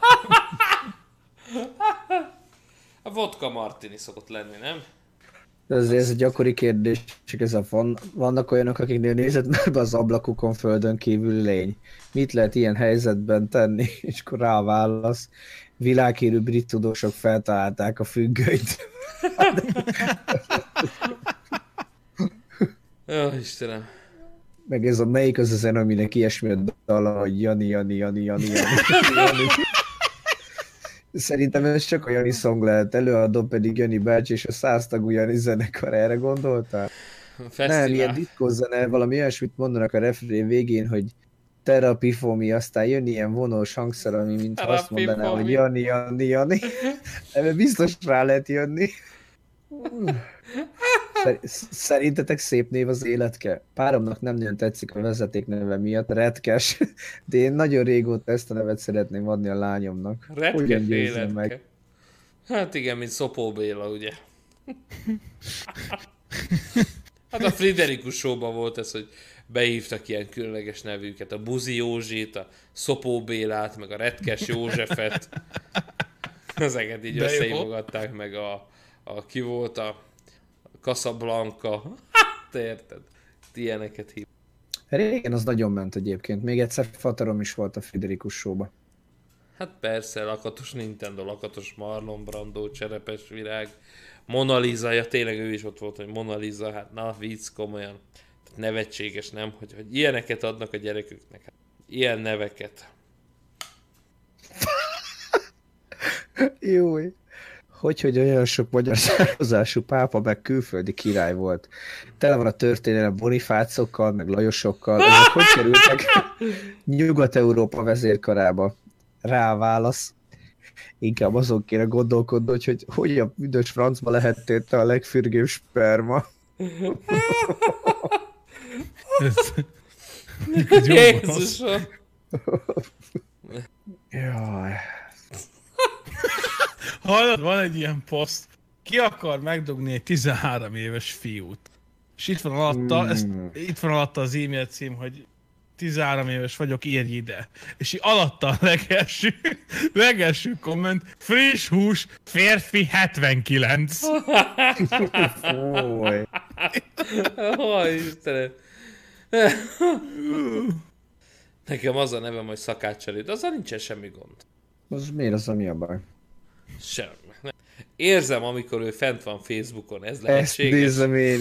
A vodka Martini szokott lenni, nem? De azért ez a gyakori kérdés, csak ez a van, vannak olyanok, akiknél nézed már be az ablakukon földön kívül lény. Mit lehet ilyen helyzetben tenni? És akkor rá a válasz. Világhírű brit tudósok feltalálták a függönyt. Jó, Istenem. Meg ez a melyik az a zene, aminek ilyesmi a dala, hogy Jani, Jani, Jani, Jani, Jani, Jani. Szerintem ez csak a Jani song lehet, előadó pedig Jani bácsi és a száztagú Jani zenekar, erre gondoltál? Fesztivál. Nem, ilyen diszkó zene, valami olyasmit mondanak a refrén végén, hogy therapy for me, aztán jön ilyen vonós hangszer, ami mint azt Therapy mondaná, for hogy me. Jani, Jani, Jani. Ebben biztos rá lehet jönni. Szer- Szerintetek szép név az életke? Páromnak nem nagyon tetszik a vezeték neve miatt, Retkes, de én nagyon régóta ezt a nevet szeretném adni a lányomnak. Retkes Hogyan győzzem életke. meg? Hát igen, mint Szopó Béla, ugye? Hát a Friderikus Show-ban volt ez, hogy behívtak ilyen különleges nevűket, a Buzi Józsit, a Szopó Bélát, meg a Retkes Józsefet. Ezeket így De jó. összehívogatták, meg a a ki volt a Casablanca. Hát érted? Ilyeneket hív. Régen az nagyon ment egyébként. Még egyszer Fatarom is volt a Friderikus Show-ba. Hát persze, lakatos Nintendo, lakatos Marlon Brando, Cserepes Virág, Mona Lisa, ja tényleg ő is ott volt, hogy Mona Lisa, hát na vicc, komolyan. Tehát nevetséges, nem? Hogy, hogy ilyeneket adnak a gyereküknek. Hát, ilyen neveket. Jój. Hogy, hogy olyan sok magyar származású pápa, meg külföldi király volt. Tele van a történelem Bonifácokkal, meg Lajosokkal. Ezek hogy kerültek Nyugat-Európa vezérkarába? Rá a válasz. Inkább azon kéne gondolkodni, hogy, hogy hogy a büdös francba lehettél te a legfürgőbb sperma. Jézusom! Jaj. Hallod, van egy ilyen poszt, ki akar megdugni egy tizenhárom éves fiút. És itt van alatta, ezt, itt van alatta az e-mail cím, hogy tizenhárom éves vagyok, írj ide. És így alatta a legelső, legelső komment, friss hús, férfi hetvenkilenc. Fúj. Ó, Istenem. Nekem az a nevem, hogy szakácselő, de azzal nincsen semmi gond. Az miért az, ami a baj? Semmi. Érzem, amikor ő fent van Facebookon, ez Ezt lehetséges. nézem én.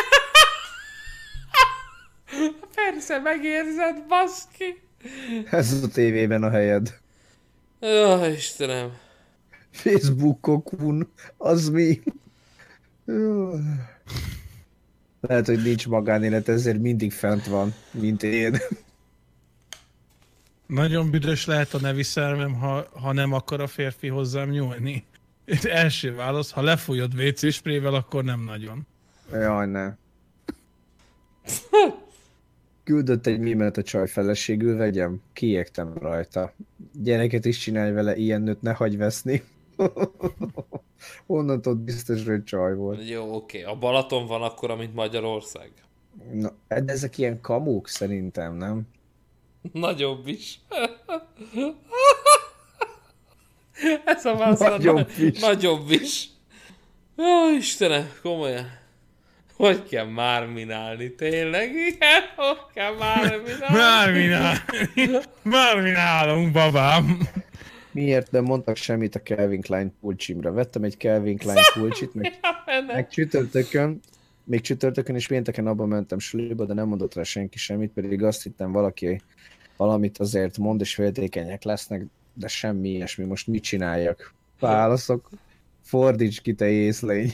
Persze, megérzed, baszki. Ez a tévében a helyed. Ó, Istenem. Facebookokun, az mi? Lehet, hogy nincs magánélet, ezért mindig fent van, mint én. Nagyon büdös lehet a nevi szervem, ha, ha nem akar a férfi hozzám nyúlni. Itt első válasz, ha lefújod vé cé sprével, akkor nem nagyon. Jaj, ne. Küldött egy mémet a csaj feleségül, vegyem, kiégtem rajta. Gyereket is csinálj vele, ilyen nőt ne hagyj veszni. Onnantól biztos, hogy csaj volt. Jó, oké. A Balaton van akkor, mint Magyarország. Na, de ezek ilyen kamuk szerintem, nem? Nagyobb is. Ez a válasz Nagyobb na- is. Nagyobb is. Ó, Istenem, komolyan. Hogy kell márminálni, tényleg? Igen, hogy kell márminálni? Márminálni! Márminálunk, babám! Miért nem mondtak semmit a Calvin Klein pulcsimra? Vettem egy Calvin Klein pulcsit, meg, meg csütörtökön, még csütörtökön és pénteken abban mentem suliba, de nem mondott rá senki semmit, pedig azt hittem valaki valamit azért mond, és féltékenyek lesznek, de semmi ilyesmi. Most mit csináljak? Válaszok. Fordíts ki, te észlény.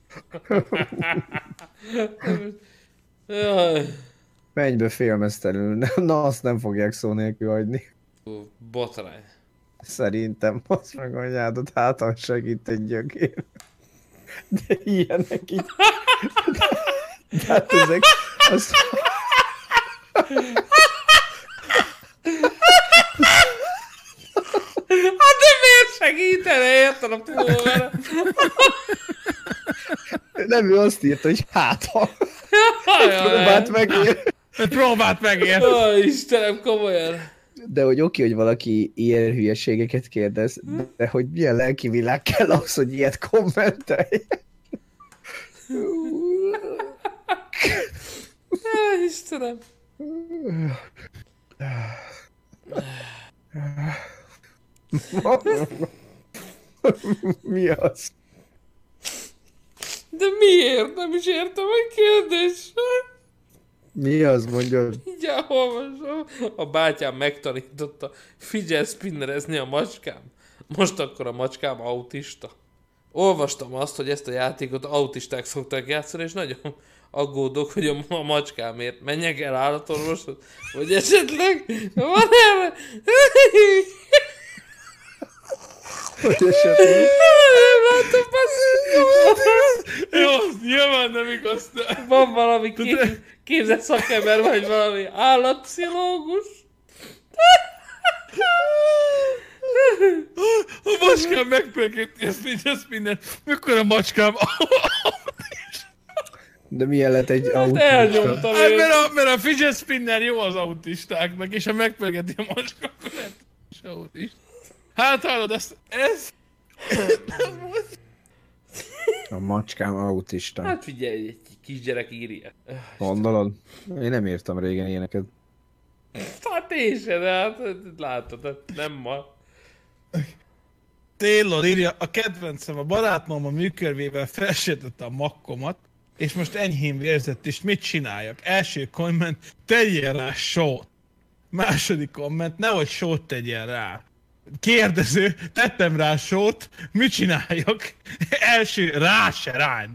Jaj. Menj be félmeztelenül. Na, azt nem fogják szó nélkül hagyni. Ú, Botrány. Szerintem azt meg anyádat, hátan segít egy gyökér. De ilyenek így. De hát ezek... Az... Hát de miért segítene, érted a pulóra? Nem, ő azt írta, hogy hát ha. Próbált megér. Próbált megérni! Ó, Istenem, komolyan. De hogy oké, hogy valaki ilyen hülyeségeket kérdez, de hogy milyen lelki világ kell ahhoz, hogy ilyet kommentelj. Ó, Istenem. Mi az? De miért? Nem is értem a kérdést. Mi az, mondjad? Így elolvasom. A bátyám megtanította figyelj spinnerezni a macskám. Most akkor a macskám autista. Olvastam azt, hogy ezt a játékot autisták szokták játszani, és nagyon aggódok, hogy a, a macskámért menjek el állatorvoshoz, vagy esetleg van erre... Hogy esetleg? Nem látom, basszus. Jó, nyilván nem igaz, de... Van valami kép, képzett szakember, vagy valami állatpszichológus? A macskám megpörgeti ezt így minden. Mikor a macskám... De milyen lett egy Hát autista? elnyomtam Hát én. mert a, mert a fidget spinner jó az autistáknak, és ha megpörgeti a macska, akkor lehet, hogy autista. Hát hallod, ezt... Ez... Nem volt... A macskám autista. Hát figyelj, egy kisgyerek írja. Gondolod? Én nem írtam régen ilyeneket. Hát én sem, de hát látod, nem ma. Taylor írja, a kedvencem, a barátnőm a műkörvével felsértette a makkomat, és most enyhén vérzett, és mit csináljak? Első komment, tegyél rá sót. Második komment, nehogy sót tegyél rá. Kérdező, tettem rá sót, mit csináljak? Első, rá se rány.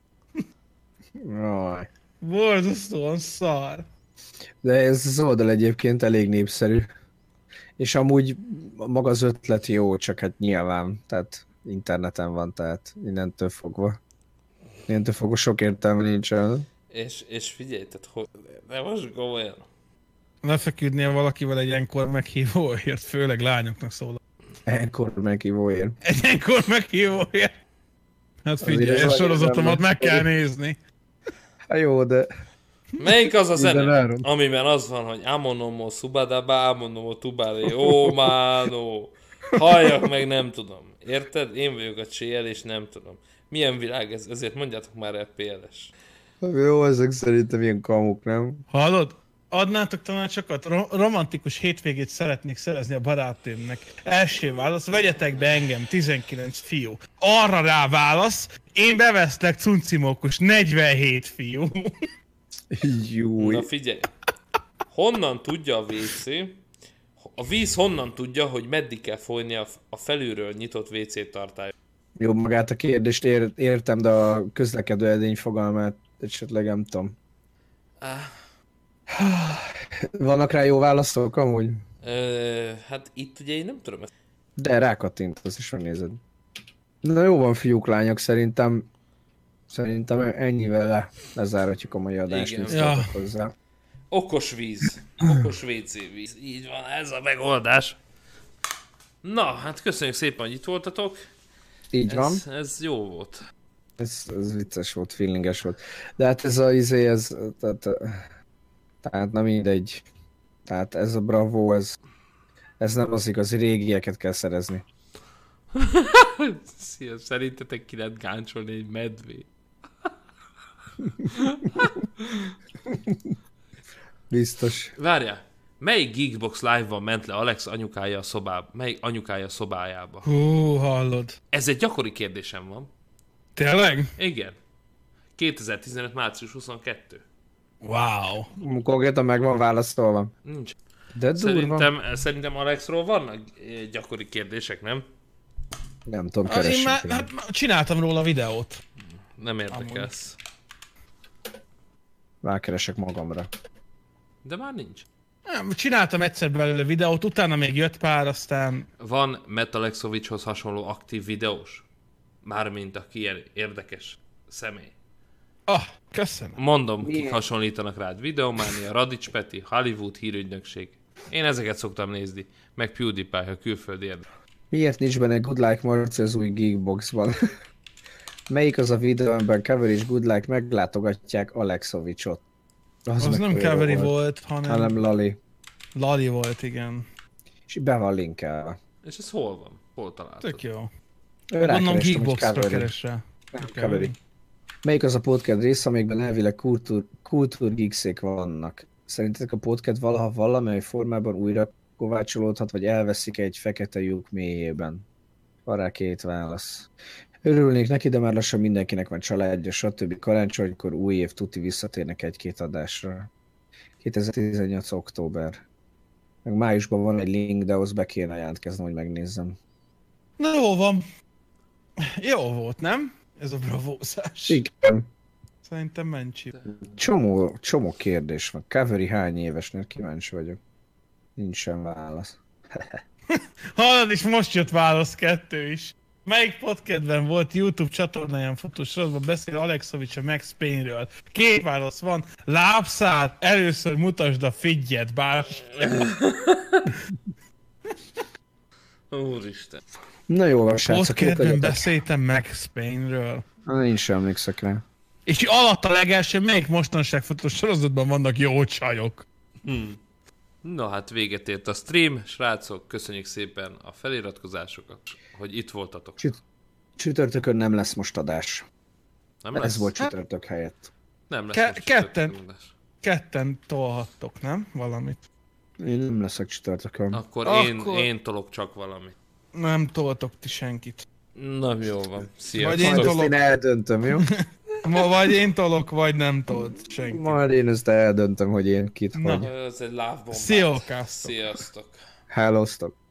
Jaj. Borzasztóan szar. De ez az oldal egyébként elég népszerű. És amúgy maga az ötlet jó, csak hát nyilván, tehát interneten van, tehát innentől fogva. Innentől fogva sok értelme nincsen. És, és figyelj, tehát hogy... De most komolyan. Lefeküdnél valakivel egy enkor meghívóért, főleg lányoknak szól. Enkor meghívóért. Egy enkor meghívóért? Hát figyelj, a sorozatomat meg kell nézni. Hát jó, de... Melyik az a zene, amiben az van, hogy Amonomo Subadaba, Amonomo Tubare, ó mánó. Halljak meg, nem tudom. Érted? Én vagyok a csél, és nem tudom. Milyen világ ez? Ezért mondjátok már ef pé el-es. Jó, ezek szerintem ilyen kamuk, nem? Hallod? Adnátok tanácsokat? Ro- romantikus hétvégét szeretnék szerezni a barátnőmnek. Első válasz, vegyetek be engem, tizenkilenc fiú. Arra rá válasz, én beveszlek cuncimókus, negyvenhét fiú. Júj. Na figyelj. Honnan tudja a vé cé? A víz honnan tudja, hogy meddig kell folyni a, a felülről nyitott vé cé tartály? Jó, magát a kérdést ér- értem, de a közlekedő edény fogalmát esetleg nem tudom. Ah. Vannak rá jó válaszok amúgy? Ö, hát itt ugye én nem tudom ezt. De rákattint, azt is megnézed. Na jó van, fiúk, lányok, szerintem szerintem ennyivel le, lezáratjuk a mai adást. Igen. Ja. Hozzá. Okos víz. Okos vé cé víz. Így van, ez a megoldás. Na, hát köszönjük szépen, hogy itt voltatok. Így van. Ez, ez jó volt. Ez, ez vicces volt, feelinges volt. De hát ez a izé, ez... Tehát, tehát na mindegy. Tehát ez a Bravo, ez... Ez nem az igazi, régieket kell szerezni. Szia, szerintetek ki lehet gáncsolni egy medvét? Biztos. Várjál, melyik Geekbox Live-ban ment le Alex anyukája a szobába? Melyik anyukája a szobájába? Hú, hallod. Ez egy gyakori kérdésem van. Tényleg? Igen. kétezer-tizenöt. március huszonkettő. Wow. Konkrétan meg van válaszolva. Nincs. De durva. Szerintem, szerintem Alexról vannak gyakori kérdések, nem? Nem tudom, Ah, én már keressük. hát, csináltam róla videót. Nem érdekelsz. Rákeresek magamra. De már nincs. Nem, csináltam egyszer belőle videót, utána még jött pár, aztán... Van Metalexovicshoz hasonló aktív videós? Mármint aki ilyen érdekes személy. Ah, köszönöm. Mondom, kik Milyen? hasonlítanak rád. Videománia, Radics Peti, Hollywood hírügynökség. Én ezeket szoktam nézni. Meg PewDiePie, ha külföldi érdekel. Miért nincs benne Good Like Marci az új Geekboxban? Melyik az a videó, amiben Keveri és Good Like meglátogatják Alexovicsot? Az, az meg nem olyan Keveri volt, volt, hanem... hanem Lali. Lali volt, igen. És be van linkelve. És ez hol van? Hol találtad? Tök jó. Ő Gondolom rákerestem, hogy Geekbox-ra Keveri. keres rá. Nem, Keveri. Melyik az a podcast rész, amikben elvileg kultúr, kultúr geekszék vannak? Szerintetek a podcast valaha valamely formában újra kovácsolódhat, vagy elveszik egy fekete lyuk mélyében? Van rá két válasz. Örülnék neki, de már lassan mindenkinek van családja, stb. Karácsonykor új év tuti visszatérnek egy-két adásra. kétezer-tizennyolc. október. Meg májusban van egy link, de ahhoz be kéne jelentkeznem, hogy megnézzem. Na jó van. Jó volt, nem? Ez a bravózás. Igen. Szerintem mencsi. Csomó, csomó kérdés van. Keveri hány évesnél? Kíváncsi vagyok. Nincsen válasz. Hallod, és most jött válasz kettő is. Melyik podcastben volt YouTube csatornáján fotós sorozatban beszél Alexovics a Max Payne-ről? Két válasz van. Lábszár, először mutasd a figyet, bár... Úristen. Na jó van, srácok. Podcastben beszéltem Max Payne-ről. Na, én sem emlékszek rá. És alatt a legelső, melyik mostanság fotós sorozatban vannak jó csajok? Hmm. Na hát véget ért a stream, srácok, köszönjük szépen a feliratkozásokat, hogy itt voltatok. Csüt- Csütörtökön nem lesz most adás. Nem Ez lesz? volt csütörtök helyett. Nem lesz Ke- ketten, adás. ketten tolhattok, nem? Valamit. Én nem leszek csütörtökön. Akkor, Akkor- Én, én tolok csak valamit. Nem toltok ti senkit. Na jó van. Vagy Sziasztok. én Majd ezt tolok. én eldöntöm, jó? Ma vagy én tolok, vagy nem tolt senki. Majd én ezt eldöntöm, hogy én kit Na. hogy. Ez egy love bombát. Sziasztok. Sziasztok. Hellóztok.